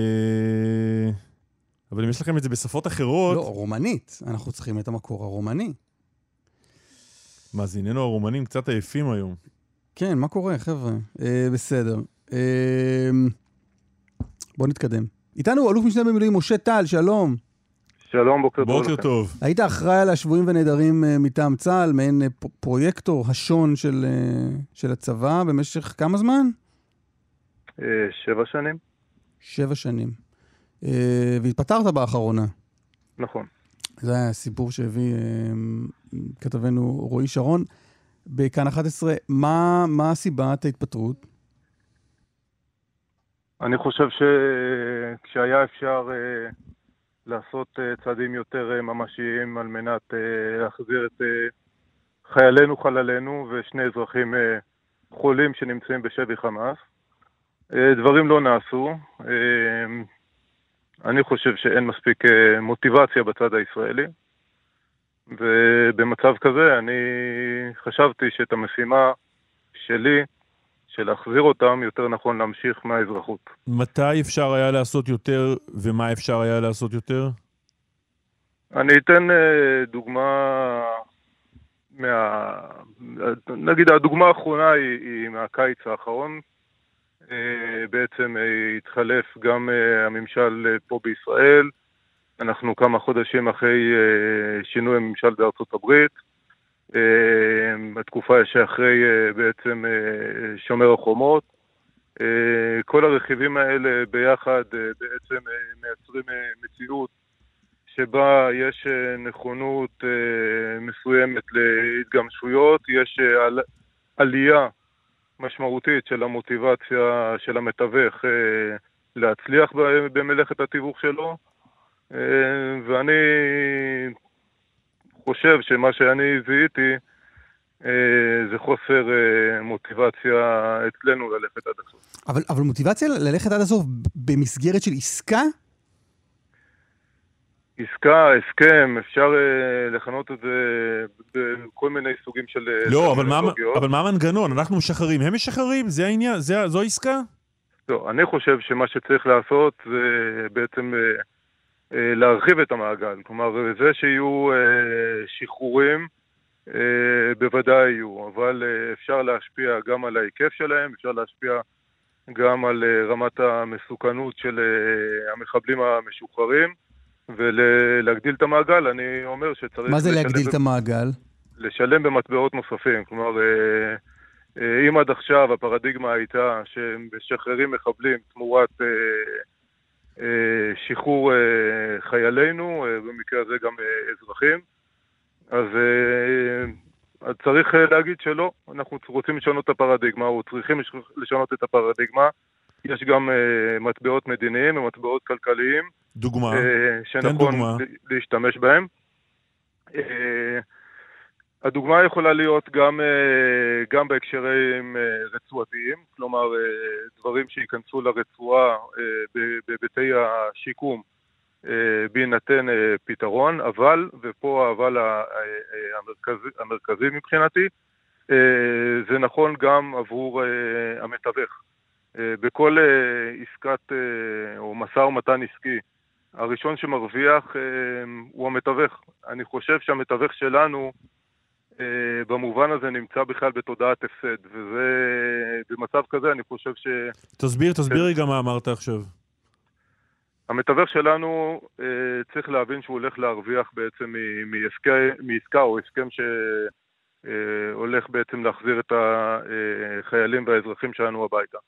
אבל אם יש לכם את זה בשפות אחרות... לא, רומנית. אנחנו צריכים את המקור הרומני. מאזיננו הרומנים קצת עייפים היום. כן, מה קורה, חבר'ה? בסדר. בואו נתקדם. איתנו אלוף משנה במילואים משה טל, שלום. שלום, בוקר טוב. בוקר טוב. היית אחראי על השבויים ונעדרים מטעם צה"ל, מעין פרויקטור השון של, של הצבא במשך כמה זמן? שבע שנים. שבע שנים. והתפטרת באחרונה. נכון. זה היה סיפור שהביא כתבנו רועי שרון. בכאן אחת עשרה, מה, מה הסיבת ההתפטרות? אני חושב שכשהיה אפשר לעשות צעדים יותר ממשיים על מנת להחזיר את חיילינו חללינו ושני אזרחים חולים שנמצאים בשבי חמאס, דברים לא נעשו. אני חושב שאין מספיק מוטיבציה בצד הישראלי, ובמצב כזה אני חשבתי שאת המשימה שלי של להחזיר אותם, יותר נכון להמשיך מהאזרחות. מתי אפשר היה לעשות יותר, ומה אפשר היה לעשות יותר? אני אתן דוגמה, מה... נגיד הדוגמה האחרונה היא, היא מהקיץ האחרון. בעצם התחלף גם הממשל פה בישראל. אנחנו כמה חודשים אחרי שינוי הממשל בארצות הברית. בתקופה שאחרי בעצם שומר החומות. כל הרכיבים האלה ביחד בעצם מייצרים מציאות שבה יש נכונות מסוימת להתגמשויות, יש עלייה משמעותית של המוטיבציה של המתווך להצליח במלאכת התיווך שלו, ואני חושב שמה שאני זיהיתי זה חוסר מוטיבציה אצלנו ללכת עד הסוף. אבל, אבל מוטיבציה ללכת עד הסוף במסגרת של עסקה? עסקה, הסכם, אפשר לכנות את זה בכל מיני סוגים של... לא, אבל מה, אבל מה המנגנון? אנחנו משחררים, הם משחררים? זה העניין? זה, זו עסקה? לא, אני חושב שמה שצריך לעשות זה בעצם להרחיב את המעגל. כלומר, זה שיהיו שחרורים, בוודאי יהיו, אבל אפשר להשפיע גם על ההיקף שלהם, אפשר להשפיע גם על רמת המסוכנות של המחבלים המשוחררים, ולהגדיל את המעגל. אני אומר שצריך... מה זה להגדיל את המעגל? לשלם במטבעות נוספים. כלומר, אם עד עכשיו הפרדיגמה הייתה שמשחררים מחבלים תמורת שחרור חיילינו, במקרה הזה גם אזרחים, אז, אז צריך להגיד שלא, אנחנו רוצים לשנות את הפרדיגמה, או צריכים לשנות את הפרדיגמה. יש גם מטבעות מדיניים ומטבעות כלכליים. דוגמה. שנכון להשתמש בהם. הדוגמה יכולה להיות גם, גם בהקשרים רצועתיים, כלומר דברים שיכנסו לרצועה בביתי השיקום בהינתן פתרון, אבל, ופה אבל המרכזי, המרכזי מבחינתי, זה נכון גם עבור המתווך. בכל עסקת או משא ומתן עסקי, הראשון שמרוויח הוא המתווך. אני חושב שהמתווך שלנו במובן הזה נמצא בכלל בתודעת הפסד, וזה במצב כזה אני חושב ש... תסביר, תסביר רגע מה אמרת עכשיו. המתווך שלנו צריך להבין שהוא הולך להרוויח בעצם מעסקה או הסכם שהולך בעצם להחזיר את החיילים והאזרחים שלנו הביתה.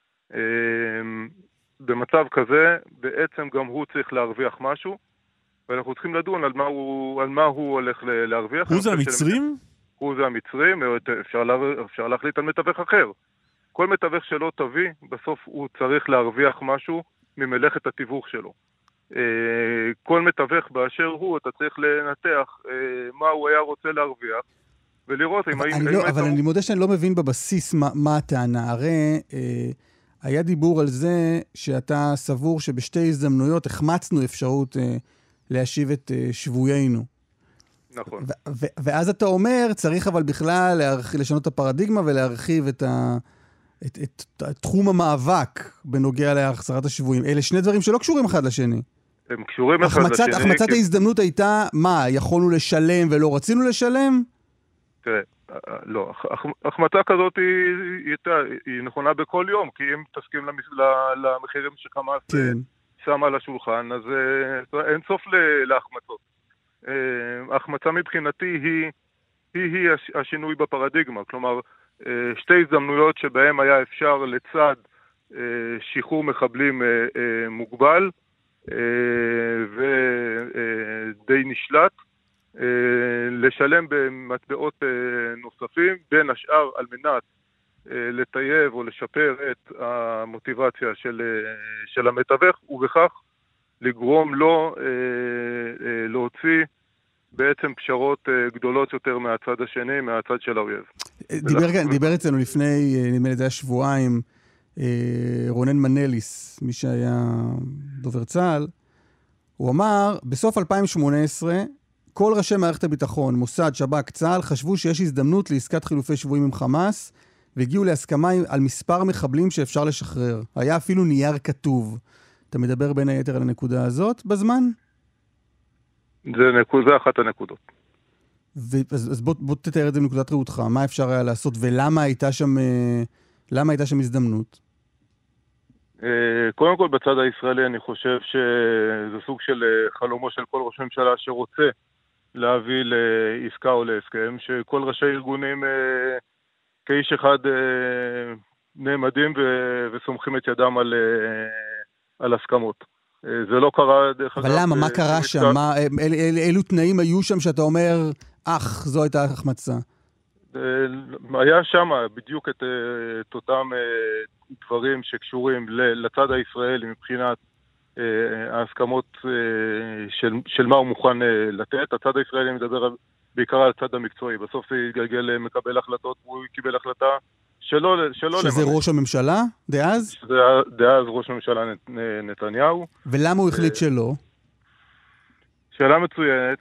במצב כזה בעצם גם הוא צריך להרוויח משהו, ואנחנו צריכים לדון על מה הוא, על מה הוא הולך להרוויח. הוא זה המצרים? הוא זה המצרים, אפשר, לה, אפשר להחליט על מתווך אחר. כל מתווך שלא תביא, בסוף הוא צריך להרוויח משהו ממלאכת התיווך שלו. כל מתווך באשר הוא, אתה צריך לנתח מה הוא היה רוצה להרוויח, ולראות אם... אבל, האם, אני, האם לא, אבל אני מודה שאני לא מבין בבסיס מה, מה הטענה. הרי אה, היה דיבור על זה שאתה סבור שבשתי הזדמנויות החמצנו אפשרות אה, להשיב את אה, שבויינו. נכון. ו- ו- ואז אתה אומר, צריך אבל בכלל להרחיב, לשנות את הפרדיגמה ולהרחיב את, ה- את, את, את תחום המאבק בנוגע להחזרת השבויים. אלה שני דברים שלא קשורים אחד לשני. הם קשורים אחד החמצת, לשני. החמצת כי... ההזדמנות הייתה, מה, יכולנו לשלם ולא רצינו לשלם? תראה, לא, החמצה כזאת היא, היא, היא נכונה בכל יום, כי אם תסכים למחירים שחמאס כן. שם על השולחן, אז אין סוף להחמצות. ההחמצה מבחינתי היא, היא, היא השינוי בפרדיגמה, כלומר, שתי הזדמנויות שבהם היה אפשר לצד שחרור מחבלים מוגבל ודי נשלט, לשלם במטבעות נוספים, בין השאר על מנת לטייב או לשפר את המוטיבציה של, של המתווך, ובכך לגרום לו להוציא בעצם פשרות גדולות יותר מהצד השני, מהצד של האויב. דיבר, דיבר אצלנו לפני, נדמה לי זה היה שבועיים, רונן מנליס, מי שהיה דובר צה"ל, הוא אמר, בסוף אלפיים שמונה עשרה, כל ראשי מערכת הביטחון, מוסד, שב"כ, צה"ל, חשבו שיש הזדמנות לעסקת חילופי שבויים עם חמאס, והגיעו להסכמה על מספר מחבלים שאפשר לשחרר. היה אפילו נייר כתוב. אתה מדבר בין היתר על הנקודה הזאת בזמן? זה נקודה אחת הנקודות. ו- אז, אז בוא, בוא תתאר את זה מנקודת ראותך. מה אפשר היה לעשות ולמה הייתה שם, למה הייתה שם הזדמנות? קודם כל בצד הישראלי אני חושב שזה סוג של חלומו של כל ראש ממשלה שרוצה להביא לעסקה או להסכם, שכל ראשי ארגונים כאיש אחד נעמדים וסומכים את ידם על, על הסכמות. זה לא קרה דרך אגב. אבל למה? מה קרה שם? מה, אל, אל, אילו תנאים היו שם שאתה אומר, אך, זו הייתה החמצה? היה שם בדיוק את, את אותם דברים שקשורים לצד הישראלי מבחינת ההסכמות של, של מה הוא מוכן לתת. הצד הישראלי מדבר על בעיקר על הצד המקצועי. בסוף זה יתגלגל מקבל החלטות, והוא קיבל החלטה שלא, שלא שזה לממש. ראש הממשלה דאז? שזה דאז ראש הממשלה נת, נתניהו. ולמה הוא החליט שלא? שאלה מצוינת.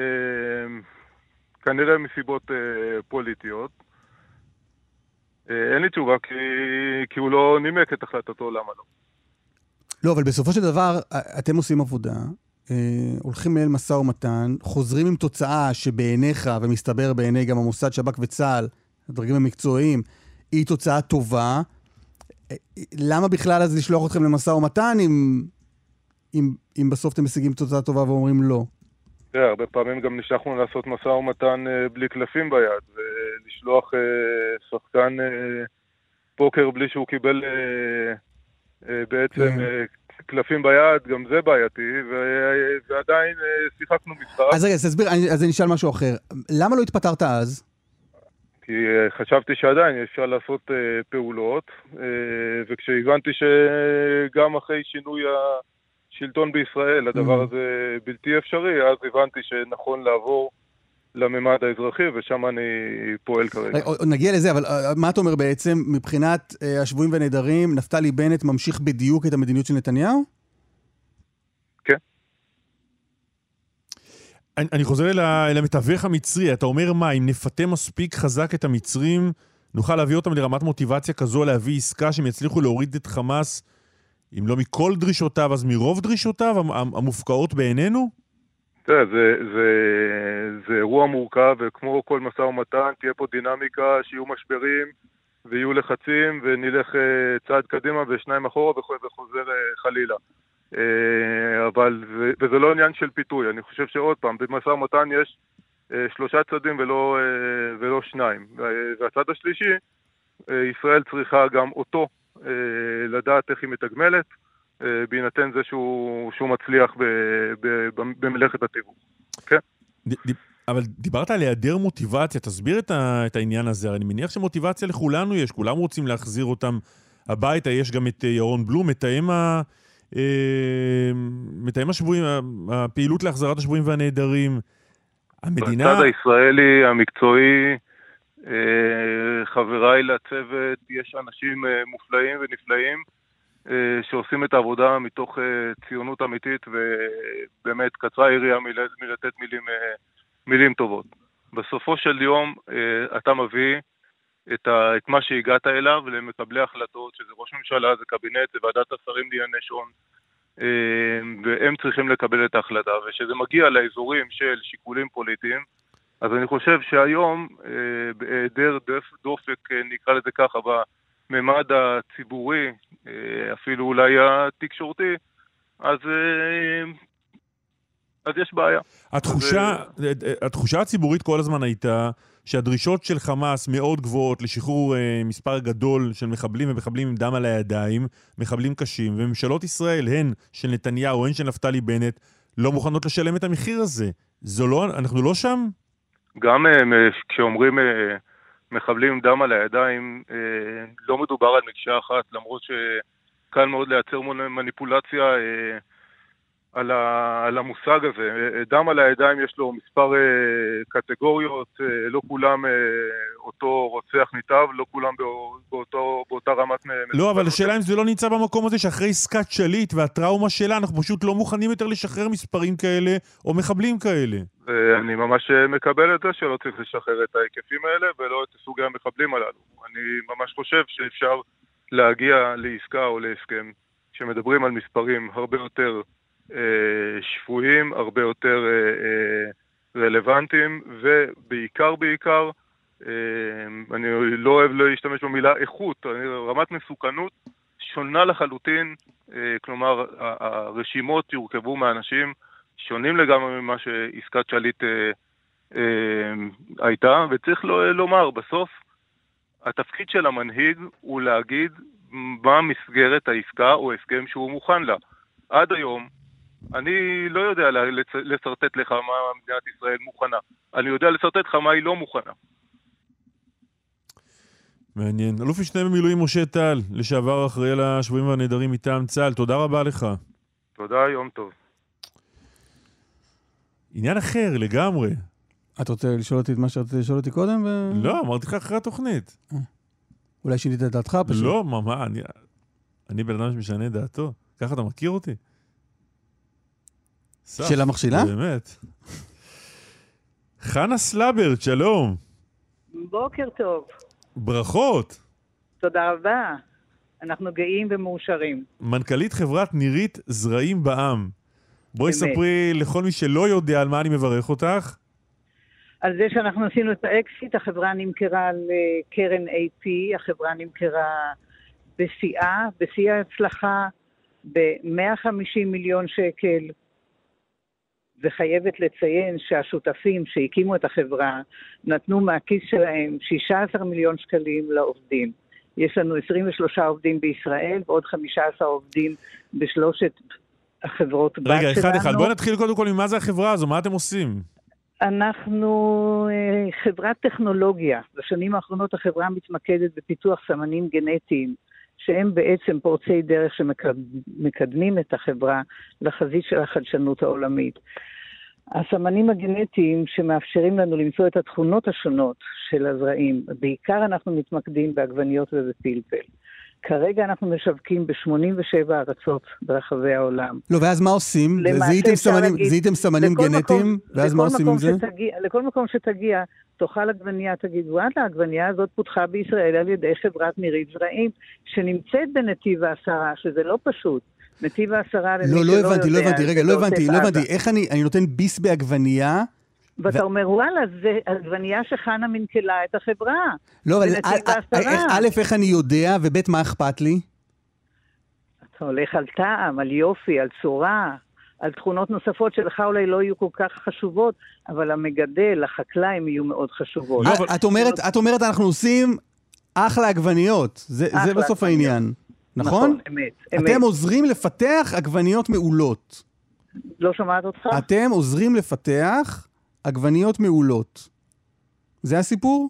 כנראה מסיבות פוליטיות. אין לי תשובה, כי, כי הוא לא נימק את החלטתו, למה לא. לא, אבל בסופו של דבר, אתם עושים עבודה, הולכים מנהל משא ומתן, חוזרים עם תוצאה שבעיניך, ומסתבר בעיני גם המוסד, שב"כ וצה"ל, הדרגים המקצועיים, היא תוצאה טובה. למה בכלל אז לשלוח אתכם למשא ומתן, אם, אם, אם בסוף אתם משיגים תוצאה טובה ואומרים לא? תראה, הרבה פעמים גם נשלחנו לעשות משא ומתן בלי קלפים ביד, ולשלוח שחקן פוקר בלי שהוא קיבל בעצם קלפים ביד, גם זה בעייתי, ועדיין שיחקנו משחק. אז רגע, תסביר, אז אני אשאל משהו אחר. למה לא התפטרת אז? כי חשבתי שעדיין אפשר לעשות פעולות, וכשהבנתי שגם אחרי שינוי השלטון בישראל, הדבר הזה בלתי אפשרי, אז הבנתי שנכון לעבור לממד האזרחי, ושם אני פועל כרגע. נגיע לזה, אבל מה אתה אומר בעצם, מבחינת השבויים ונעדרים, נפתלי בנט ממשיך בדיוק את המדיניות של נתניהו? כן. אני, אני חוזר אל, אל המתווך המצרי, אתה אומר מה, אם נפתה מספיק חזק את המצרים, נוכל להביא אותם לרמת מוטיבציה כזו, להביא עסקה שהם יצליחו להוריד את חמאס, אם לא מכל דרישותיו, אז מרוב דרישותיו המופקעות בעינינו? זה, זה, זה, זה אירוע מורכב, וכמו כל משא ומתן, תהיה פה דינמיקה, שיהיו משברים, ויהיו לחצים, ונלך צעד קדימה ושניים אחורה, וחוזר חלילה. אבל, וזה לא עניין של פיתוי, אני חושב שעוד פעם, במשא ומתן יש שלושה צעדים ולא, ולא שניים. והצד השלישי, ישראל צריכה גם אותו לדעת איך היא מתגמלת, בהינתן זה שהוא, שהוא מצליח ב, ב, במלאכת התיווך. כן? ד, ד, אבל דיברת על היעדר מוטיבציה, תסביר את, ה, את העניין הזה. אני מניח שמוטיבציה לכולנו יש, כולם רוצים להחזיר אותם הביתה, יש גם את ירון בלום, מתאם, ה, מתאם השבועים, הפעילות להחזרת השבועים והנעדרים. המדינה... בצד הישראלי, המקצועי, חבריי לצוות, יש אנשים מופלאים ונפלאים, שעושים את העבודה מתוך ציונות אמיתית, ובאמת קצרה היריעה מלתת מילים, מילים טובות. בסופו של יום אתה מביא את, ה, את מה שהגעת אליו למקבלי החלטות, שזה ראש ממשלה, זה קבינט, זה ועדת השרים לענייני שון, והם צריכים לקבל את ההחלטה, ושזה מגיע לאזורים של שיקולים פוליטיים, אז אני חושב שהיום, בהיעדר דופק, נקרא לזה ככה, בממד הציבורי, אפילו אולי התקשורתי, אז, אז יש בעיה. התחושה, אז... התחושה הציבורית כל הזמן הייתה שהדרישות של חמאס מאוד גבוהות לשחרור מספר גדול של מחבלים ומחבלים עם דם על הידיים, מחבלים קשים, וממשלות ישראל, הן של נתניהו, הן של נפתלי בנט, לא מוכנות לשלם את המחיר הזה. זו לא, אנחנו לא שם? גם כשאומרים מחבלים עם דם על הידיים, לא מדובר על מקשה אחת, למרות שקל מאוד לייצר מניפולציה על, ה, על המושג הזה. דם על הידיים יש לו מספר קטגוריות, לא כולם אותו רוצח ניטב, לא כולם באותו, באותה רמת... לא, אבל השאלה אם זה לא נמצא במקום הזה שאחרי עסקת שליט והטראומה שלה, אנחנו פשוט לא מוכנים יותר לשחרר מספרים כאלה או מחבלים כאלה. אני ממש מקבל את זה שלא צריך לשחרר את ההיקפים האלה ולא את סוגי המחבלים הללו. אני ממש חושב שאפשר להגיע לעסקה או להסכם שמדברים על מספרים הרבה יותר שפויים, הרבה יותר רלוונטיים, ובעיקר בעיקר, אני לא אוהב להשתמש במילה איכות, רמת מסוכנות שונה לחלוטין, כלומר הרשימות יורכבו מאנשים שונים לגמרי ממה שעסקת שליט הייתה, וצריך לומר, בסוף התפקיד של המנהיג הוא להגיד מה מסגרת העסקה או הסכם שהוא מוכן לה. עד היום אני לא יודע לסרטט לך מה מדינת ישראל מוכנה. אני יודע לסרטט לך מה היא לא מוכנה. מעניין. אלוף משנה במילואים משה טל, לשעבר אחראי על השבויים והנעדרים מטעם צה"ל, תודה רבה לך. תודה, יום טוב. עניין אחר לגמרי. אתה רוצה לשאול אותי את מה שרציתי לשאול אותי קודם? ו... לא, אמרתי לך אחרי התוכנית. אולי שינית את דעתך פשוט. לא, מה, מה, אני, אני בן אדם שמשנה את דעתו. ככה אתה מכיר אותי? שאלה מכשילה? באמת. חנה סלברט, שלום. בוקר טוב. ברכות. תודה רבה. אנחנו גאים ומאושרים. מנכ"לית חברת נירית זרעים בעם. בואי באמת. ספרי לכל מי שלא יודע על מה אני מברך אותך. על זה שאנחנו עשינו את האקסיט, החברה נמכרה לקרן איי פי, החברה נמכרה בשיאה, בשיא ההצלחה, ב-מאה וחמישים מיליון שקל, וחייבת לציין שהשותפים שהקימו את החברה נתנו מהכיס שלהם שישה עשר מיליון שקלים לעובדים. יש לנו עשרים ושלושה עובדים בישראל ועוד חמישה עשר עובדים בשלושת החברות בת שלנו. רגע, אחד אחד. בואי נתחיל קודם כל עם מה זה החברה הזו, מה אתם עושים? אנחנו אה, חברת טכנולוגיה. בשנים האחרונות החברה מתמקדת בפיתוח סמנים גנטיים, שהם בעצם פורצי דרך שמקדמים את החברה לחזית של החדשנות העולמית. הסמנים הגנטיים שמאפשרים לנו למצוא את התכונות השונות של הזרעים, בעיקר אנחנו מתמקדים בעגבניות ובפלפל. כרגע אנחנו משווקים ב-שמונים ושבע ארצות ברחבי העולם. לא, ואז מה עושים? זיהיתם סמנים, זיהיתם סמנים גנטיים, ואז מה עושים עם זה? שתגיע, לכל מקום שתגיע, תאכל עגבניה, תגיד, וואלה, העגבניה הזאת פותחה בישראל על ידי חברת נירית זרעים, שנמצאת בנתיב העשרה, שזה לא פשוט. נתיב העשרה למי לא, שלא לא יודע. הבנתי, לא הבנתי, רגע, לא הבנתי, לא הבנתי. איך אני, אני נותן ביס בעגבניה? ואתה אומר, וואלה, זה עגבניה שחנה מנכלה את החברה. לא, אבל א', איך אני יודע, וב', מה אכפת לי? אתה הולך על טעם, על יופי, על צורה, על תכונות נוספות שלך אולי לא יהיו כל כך חשובות, אבל המגדל, החקלאי, הם יהיו מאוד חשובות. את אומרת, את אומרת, אנחנו עושים אחלה עגבניות. זה בסוף העניין. נכון? אמת, אמת. אתם עוזרים לפתח עגבניות מעולות. לא שומעת אותך? אתם עוזרים לפתח עגבניות מעולות. זה הסיפור?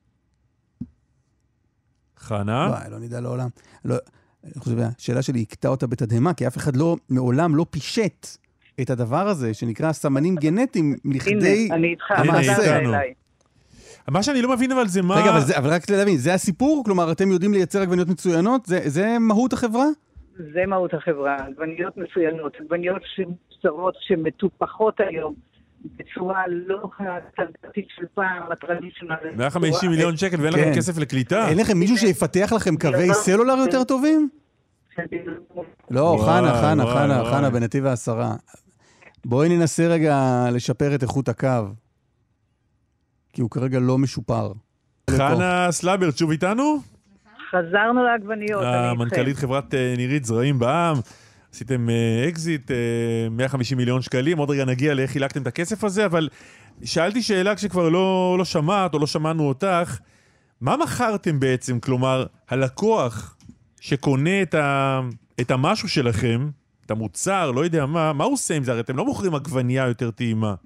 חנה? לא, לא נדע לעולם. לא, אני חושב, השאלה שלי הקטע אותה בתדהמה, כי אף אחד לא, מעולם לא פישט את הדבר הזה, שנקרא סמנים גנטיים, לכדי הנה, אני איתך, המעשה. מה שאני לא מבין אבל זה מה... רגע, אבל, זה, אבל רק להבין, זה הסיפור? כלומר, אתם יודעים לייצר עגבניות מצוינות? זה, זה מהות החברה? זה מהות החברה, עגבניות מצוינות, עגבניות שמוצרות שמטופחות היום, בצורה לא התלתית של פעם, הטרדישיונלית. מאה וחמישים מיליון שקל ואין לכם כסף לקליטה. אין לכם מישהו שיפתח לכם קווי סלולר יותר טובים? לא, חנה, חנה, חנה, חנה, בנתיב העשרה. בואי ננסה רגע לשפר את איכות הקו. כי הוא כרגע לא משופר. חנה סלברט, שוב איתנו? חזרנו לעגבניות, אני איתכם. המנכ"לית חברת נירית זרעים בעם. עשיתם אקזיט, מאה וחמישים מיליון שקלים, עוד רגע נגיע לאיך חילקתם את הכסף הזה, אבל שאלתי שאלה כשכבר לא, לא שמעת או לא שמענו אותך, מה מכרתם בעצם? כלומר, הלקוח שקונה את, ה, את המשהו שלכם, את המוצר, לא יודע מה, מה הוא עושה עם זה? הרי אתם לא מוכרים עגבנייה יותר טעימה.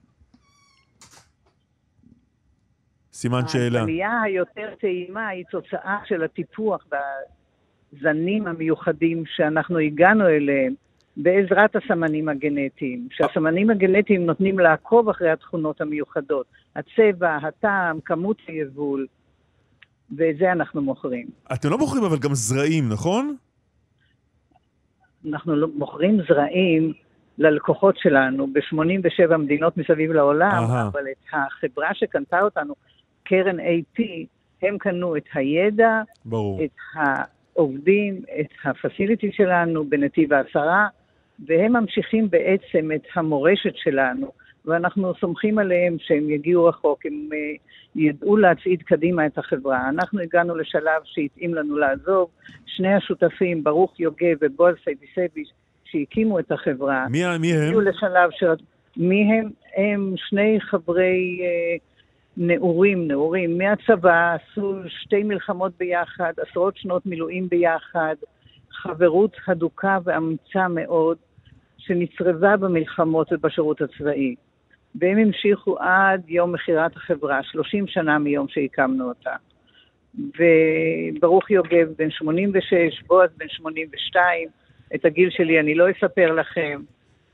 סימן שאלה. העגבנייה היותר טעימה היא תוצאה של הטיפוח והזנים המיוחדים שאנחנו הגענו אליהם בעזרת הסמנים הגנטיים. שהסמנים הגנטיים נותנים לעקוב אחרי התכונות המיוחדות. הצבע, הטעם, כמות היבול, ואת זה אנחנו מוכרים. אתם לא מוכרים אבל גם זרעים, נכון? אנחנו לא מוכרים זרעים ללקוחות שלנו ב-שמונים ושבע מדינות מסביב לעולם, Aha. אבל את החברה שקנתה אותנו, קרן איי פי, הם קנו את הידע, ברור. את העובדים, את הפסיליטי שלנו בנתיב העשרה, והם ממשיכים בעצם את המורשת שלנו, ואנחנו סומכים עליהם שהם יגיעו רחוק, הם uh, ידעו להצעיד קדימה את החברה. אנחנו הגענו לשלב שהתאים לנו לעזוב, שני השותפים, ברוך יוגב ובועז סייביסביץ', שהקימו את החברה. מי, מי הם? הגיעו לשלב של... מי הם? הם שני חברי... Uh, נעורים, נעורים, מהצבא, עשו שתי מלחמות ביחד, עשרות שנות מילואים ביחד, חברות הדוקה ואמיצה מאוד, שנצרבה במלחמות ובשירות הצבאי. והם המשיכו עד יום מחירת החברה, שלושים שנה מיום שהקמנו אותה. וברוך יוגב בן שמונים ושש, בועז בן שמונים ושתיים, את הגיל שלי אני לא אספר לכם.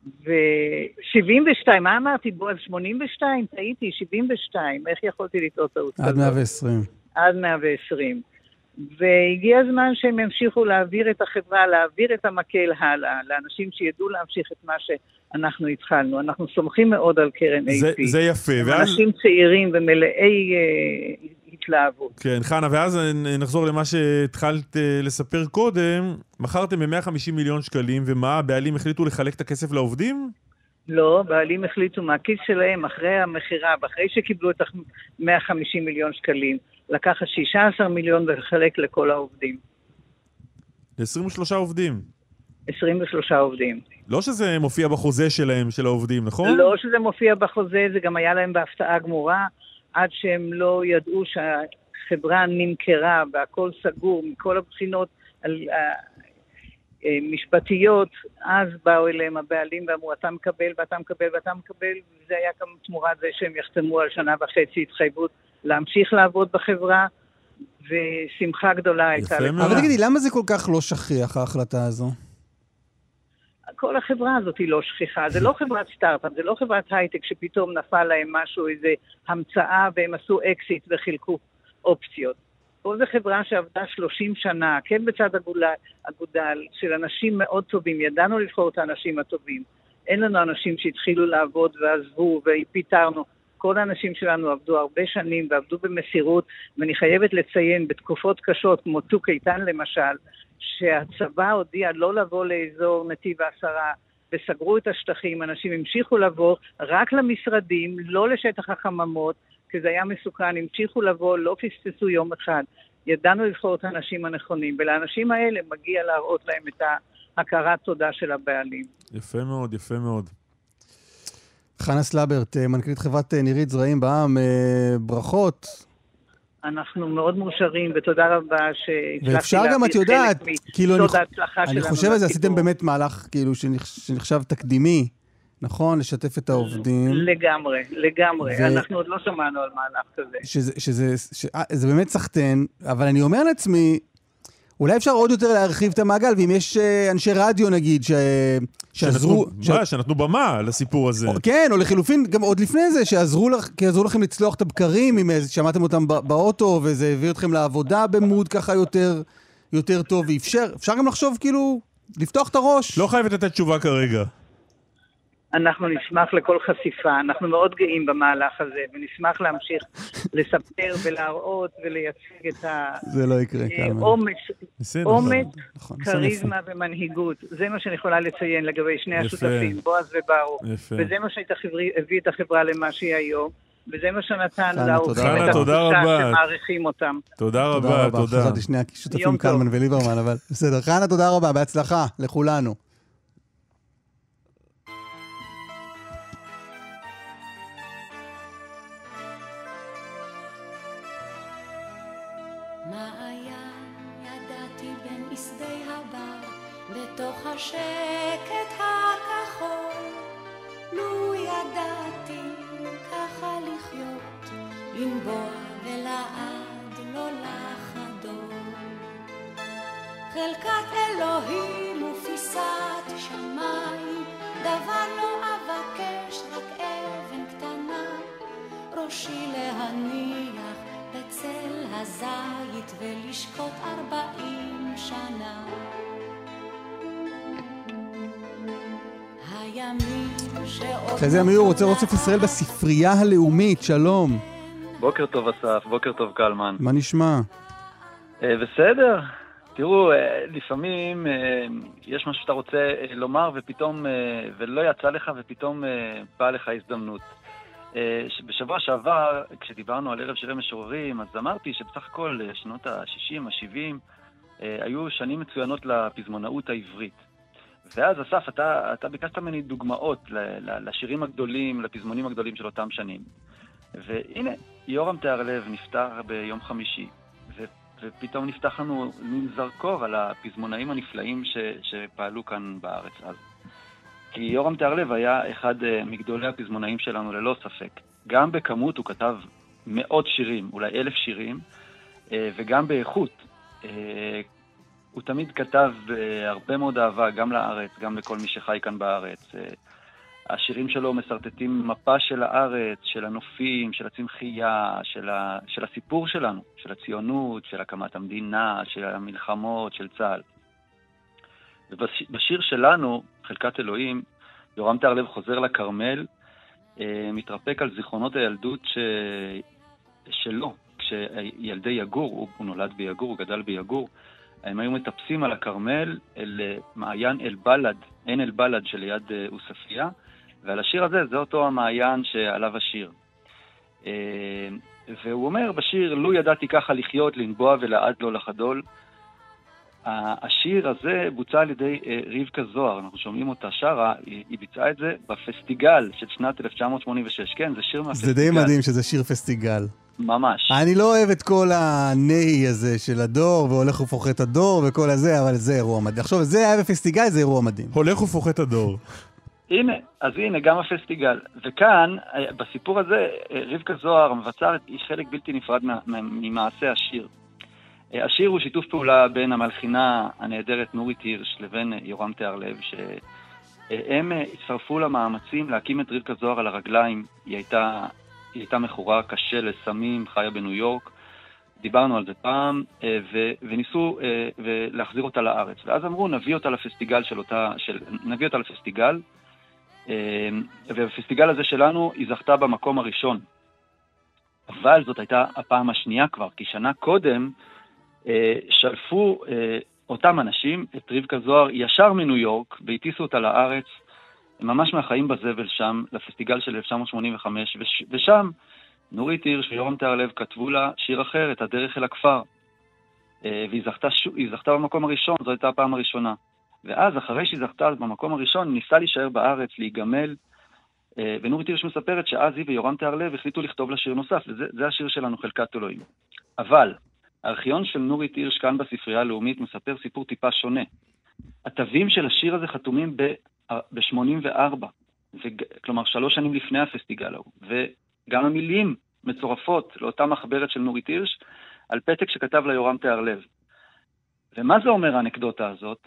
ו-שבעים ושתיים, מה אמרתי? בועז, שמונים ושתיים? טעיתי, שבעים ושתיים. איך יכולתי לטעות טעות? עד מאה ועשרים. עד מאה ועשרים. והגיע הזמן שהם ימשיכו להעביר את החברה, להעביר את המקל הלאה, לאנשים שידעו להמשיך את מה שאנחנו התחלנו. אנחנו סומכים מאוד על קרן איי פי. זה יפה. אנשים צעירים ומלאי uh, התלהבות. כן, חנה, ואז נחזור למה שהתחלת לספר קודם. מכרתם ב-מאה וחמישים מיליון שקלים, ומה, הבעלים החליטו לחלק את הכסף לעובדים? לא, בעלים החליטו מהכיס שלהם אחרי המחירה, ואחרי שקיבלו את מאה וחמישים מיליון שקלים, לקחת שישה עשר מיליון ולחלק לכל העובדים. ל-עשרים ושלושה עובדים? עשרים ושלושה עובדים. לא שזה מופיע בחוזה שלהם, של העובדים, נכון? לא שזה מופיע בחוזה, זה גם היה להם בהפתעה גמורה, עד שהם לא ידעו שהחברה נמכרה והכל סגור מכל הבחינות על, משפטיות, אז באו אליהם הבעלים ואמרו, אתה מקבל ואתה מקבל ואתה מקבל, וזה היה גם תמורת זה שהם יחתמו על שנה וחצי התחייבות להמשיך לעבוד בחברה, ושמחה גדולה הייתה לך. אבל תגידי, למה זה כל כך לא שכיח ההחלטה הזו? כל החברה הזאת היא לא שכיחה, זה לא חברת סטארט-אפ, זה לא חברת הייטק שפתאום נפל להם משהו, איזה המצאה, והם עשו אקסיט וחילקו אופציות. פה זו חברה שעבדה שלושים שנה, כן בצד הגודל, הגודל של אנשים מאוד טובים, ידענו לבחור את האנשים הטובים. אין לנו אנשים שהתחילו לעבוד ועזבו ופיתרנו. כל האנשים שלנו עבדו הרבה שנים ועבדו במסירות, ואני חייבת לציין בתקופות קשות, כמו צוק איתן למשל, שהצבא הודיע לא לבוא לאזור נתיב העשרה, וסגרו את השטחים, אנשים המשיכו לבוא רק למשרדים, לא לשטח החממות, כי זה היה מסוכן, המשיכו לבוא, לא פספסו יום אחד. ידענו לבחור את האנשים הנכונים, ולאנשים האלה מגיע להראות להם את ההכרת תודה של הבעלים. יפה מאוד, יפה מאוד. חנה סלברט, מנכ"לית חברת נירית זרעים בע"מ, ברכות. אנחנו מאוד מאושרים, ותודה רבה שהצלחתי ואפשר גם, את יודעת, כאילו, מסוד ההצלחה שלנו. אני חושב על זה, עשיתם באמת מהלך, כאילו, שנחשב תקדימי, נכון? לשתף את העובדים. לגמרי, לגמרי. אנחנו עוד לא שמענו על מהלך כזה. שזה באמת סחטן, אבל אני אומר לעצמי, אולי אפשר עוד יותר להרחיב את המעגל, ואם יש אנשי רדיו נגיד, שעזרו... מה, שנתנו במה לסיפור הזה. כן, או לחילופין, גם עוד לפני זה, שעזרו לכם לצלוח את הבקרים, אם שמעתם אותם באוטו, וזה הביא אתכם לעבודה במוד ככה יותר טוב, ואפשר, אפשר גם לחשוב כאילו, לפתוח את הראש. לא חייבת לתת תשובה כרגע. אנחנו נשמח לכל חשיפה, אנחנו מאוד גאים במהלך הזה, ונשמח להמשיך לספר ולהראות ולייצג את האומץ, אומץ, קריזמה ומנהיגות. זה מה שאני יכולה לציין לגבי שני השותפים, בועז וברוך, וזה מה שהביא את החברה למה שהיא היום, וזה מה שנתן לעובדים את התחושה שמעריכים אותם. תודה רבה, תודה. חזרתי שני השותפים קלמן וליברמן, אבל בסדר. חנה, תודה רבה, בהצלחה לכולנו. בתוך השקט הכחול, לו ידעתי ככה לחיות, לנבוע ולעד לא לחדול. חלקת אלוהים ופיסת שמיים, דבר לא אבקש, רק אבן קטנה, ראשי להניח בצל הזית ולשקוט ארבעים שנה. אחרי זה אמיר רוצה רוצף ישראל בספרייה הלאומית, שלום. בוקר טוב אסף, בוקר טוב קלמן. מה נשמע? בסדר, תראו, לפעמים יש משהו שאתה רוצה לומר ופתאום, ולא יצא לך ופתאום באה לך הזדמנות. בשבוע שעבר, כשדיברנו על ערב שירי משוררים, אז אמרתי שבסך הכל שנות ה-שישים, ה-שבעים, היו שנים מצוינות לפזמונאות העברית. ואז אסף, אתה, אתה ביקשת ממני דוגמאות לשירים הגדולים, לפזמונים הגדולים של אותם שנים. והנה, יורם תיארלב נפטר ביום חמישי, ו, ופתאום נפתח לנו מין זרקור על הפזמונאים הנפלאים ש, שפעלו כאן בארץ אז. כי יורם תיארלב היה אחד מגדולי הפזמונאים שלנו ללא ספק. גם בכמות הוא כתב מאות שירים, אולי אלף שירים, וגם באיכות. הוא תמיד כתב הרבה מאוד אהבה, גם לארץ, גם לכל מי שחי כאן בארץ. השירים שלו מסרטטים מפה של הארץ, של הנופים, של הצמחייה, של, ה... של הסיפור שלנו, של הציונות, של הקמת המדינה, של המלחמות, של צה"ל. ובשיר שלנו, חלקת אלוהים, יורם טהרלב חוזר לכרמל, מתרפק על זיכרונות הילדות ש... שלו, כשילדי יגור, הוא, הוא נולד ביגור, הוא גדל ביגור, הם היו מטפסים על הכרמל אל מעיין אל בלד, אין אל בלד שליד אוספיה, ועל השיר הזה זה אותו המעיין שעליו השיר. והוא אומר בשיר, לו ידעתי ככה לחיות, לנבוע ולעד לא לחדול. השיר הזה בוצע על ידי רבקה זוהר, אנחנו שומעים אותה שרה, היא ביצעה את זה בפסטיגל של שנת אלף תשע מאות שמונים ושש, כן, זה שיר מהפסטיגל. זה די מדהים שזה שיר פסטיגל. ממש. אני לא אוהב את כל הנהי הזה של הדור, והולך ופוחת הדור וכל הזה, אבל זה אירוע מדהים. עכשיו, זה היה בפסטיגל, זה אירוע מדהים. הולך ופוחת הדור. הנה, אז הנה, גם הפסטיגל. וכאן, בסיפור הזה, רבקה זוהר, המבצעת, היא חלק בלתי נפרד ממעשה השיר. השיר הוא שיתוף פעולה בין המלחינה הנהדרת נורית הירש לבין יורם טהרלב, שהם הצטרפו למאמצים להקים את רבקה זוהר על הרגליים. היא הייתה, היא הייתה מכורה קשה לסמים, חיה בניו יורק. דיברנו על זה פעם, ו, וניסו להחזיר אותה לארץ. ואז אמרו, נביא אותה לפסטיגל של אותה, של, נביא אותה לפסטיגל, ובפסטיגל הזה שלנו היא זכתה במקום הראשון. אבל זאת הייתה הפעם השנייה כבר, כי שנה קודם שלפו אותם אנשים, את רבקה זוהר, ישר מניו יורק, והטיסו אותה לארץ, ממש מהחיים בזבל שם, לפסטיגל של אלף תשע מאות שמונים וחמש, וש, ושם נורית הירש ויורם טהרלב כתבו לה שיר אחר, את הדרך אל הכפר. והיא זכתה, היא זכתה במקום הראשון, זו הייתה הפעם הראשונה. ואז, אחרי שהיא זכתה במקום הראשון, ניסה להישאר בארץ, להיגמל, ונורית הירש מספרת שאז היא ויורם טהרלב החליטו לכתוב לה שיר נוסף, וזה השיר שלנו, חלקת אלוהים. אבל, הארכיון של נורית הירש כאן בספרייה הלאומית מספר סיפור טיפה שונה. התווים של השיר הזה חתומים ב-שמונים וארבע, כלומר שלוש שנים לפני הפסטיגל ההוא, וגם המילים מצורפות לאותה מחברת של נורית הירש, על פתק שכתב לה יורם טהרלב. ומה זה אומר האנקדוטה הזאת?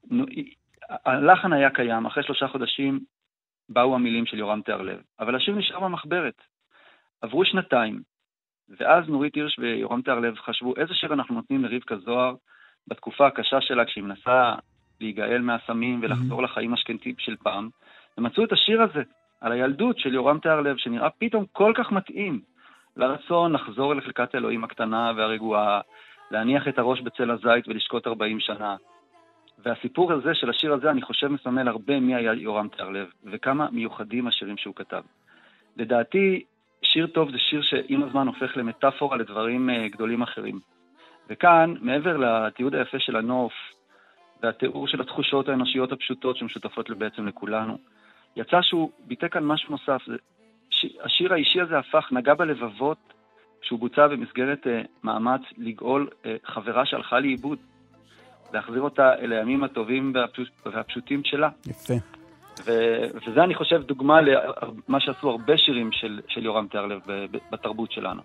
הלחן היה קיים, אחרי שלושה חודשים באו המילים של יורם טהרלב, אבל השיר נשאר במחברת. עברו שנתיים, ואז נורית הירש ויורם טהרלב חשבו איזה שיר אנחנו נותנים לרבקה זוהר בתקופה הקשה שלה, כשהיא מנסה להיגאל מהסמים ולחזור לחיים השכנתיים של פעם, ומצאו את השיר הזה על הילדות של יורם טהרלב, שנראה פתאום כל כך מתאים לרצון לחזור לחלקת אלוהים הקטנה והרגועה, להניח את הראש בצל הזית ולשקוט ארבעים שנה. והסיפור הזה של השיר הזה, אני חושב, מסמל הרבה מי היה יורם טהרלב, וכמה מיוחדים השירים שהוא כתב. לדעתי, שיר טוב זה שיר שעם הזמן הופך למטאפורה לדברים גדולים אחרים. וכאן, מעבר לתיעוד היפה של הנוף, והתיאור של התחושות האנושיות הפשוטות שמשותפות בעצם לכולנו, יצא שהוא ביטא כאן משהו נוסף. השיר האישי הזה הפך, נגע בלבבות, שהוא בוצע במסגרת uh, מאמץ לגאול uh, חברה שהלכה לאיבוד, להחזיר אותה אל הימים הטובים והפשוט, והפשוטים שלה. יפה. ו- וזה אני חושב דוגמה למה שעשו הרבה שירים של, של יורם טהרלב בתרבות שלנו.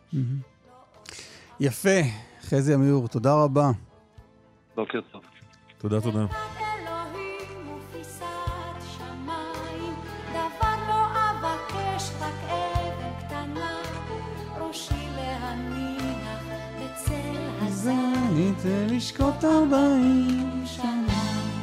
יפה. חזי עמיור, תודה רבה. בוקר טוב. תודה, תודה. ניתן לשקוט ארבעים שנה.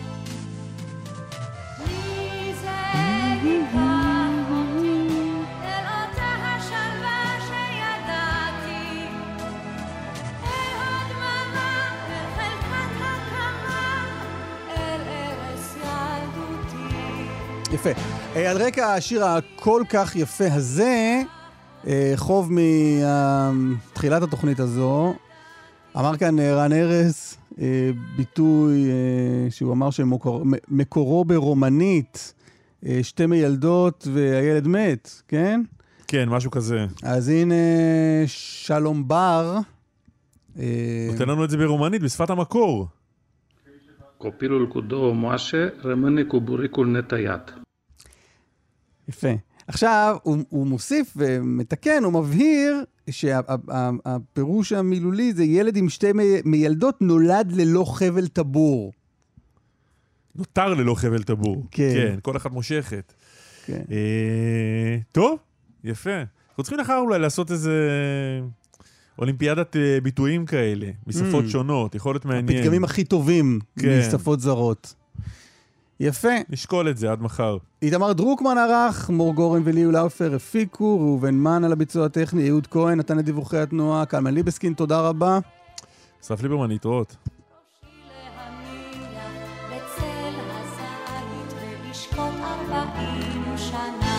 לי זה ייקח אותי אל אותה השלווה שידעתי, אל הדממה, אל חלקת הקמה, אל ארץ ילדותי. יפה. על רקע השיר הכל כך יפה הזה, חוב מתחילת התוכנית הזו, אמר כאן רן ארז, ביטוי שהוא אמר שמקורו ברומנית, שתי מילדות והילד מת, כן? כן, משהו כזה. אז הנה שלום בר. נותן לנו את זה ברומנית, בשפת המקור. קופילול קודו מואשה, רמני קובוריקול נטיית. יפה. עכשיו, הוא, הוא מוסיף ומתקן, הוא מבהיר שהפירוש המילולי זה ילד עם שתי מילדות נולד ללא חבל טבור. נותר ללא חבל טבור. כן. כן, כל אחת מושכת. כן. אה, טוב, יפה. אנחנו צריכים לך אולי לעשות איזה אולימפיאדת אה, ביטויים כאלה, משפות Mm. שונות, יכול להיות מעניין. הפתגמים הכי טובים כן. משפות זרות. יפה. נשקול את זה עד מחר. איתמר דרוקמן ערך, מור גורן וליהו לאופר הפיקו, ראובן מן על הביצוע הטכני, יהוד כהן נתן את דיווחי התנועה, קלמן ליבסקין, תודה רבה. אסף ליברמן, להתראות. בצל הזית ולשקוט ארבעים שנה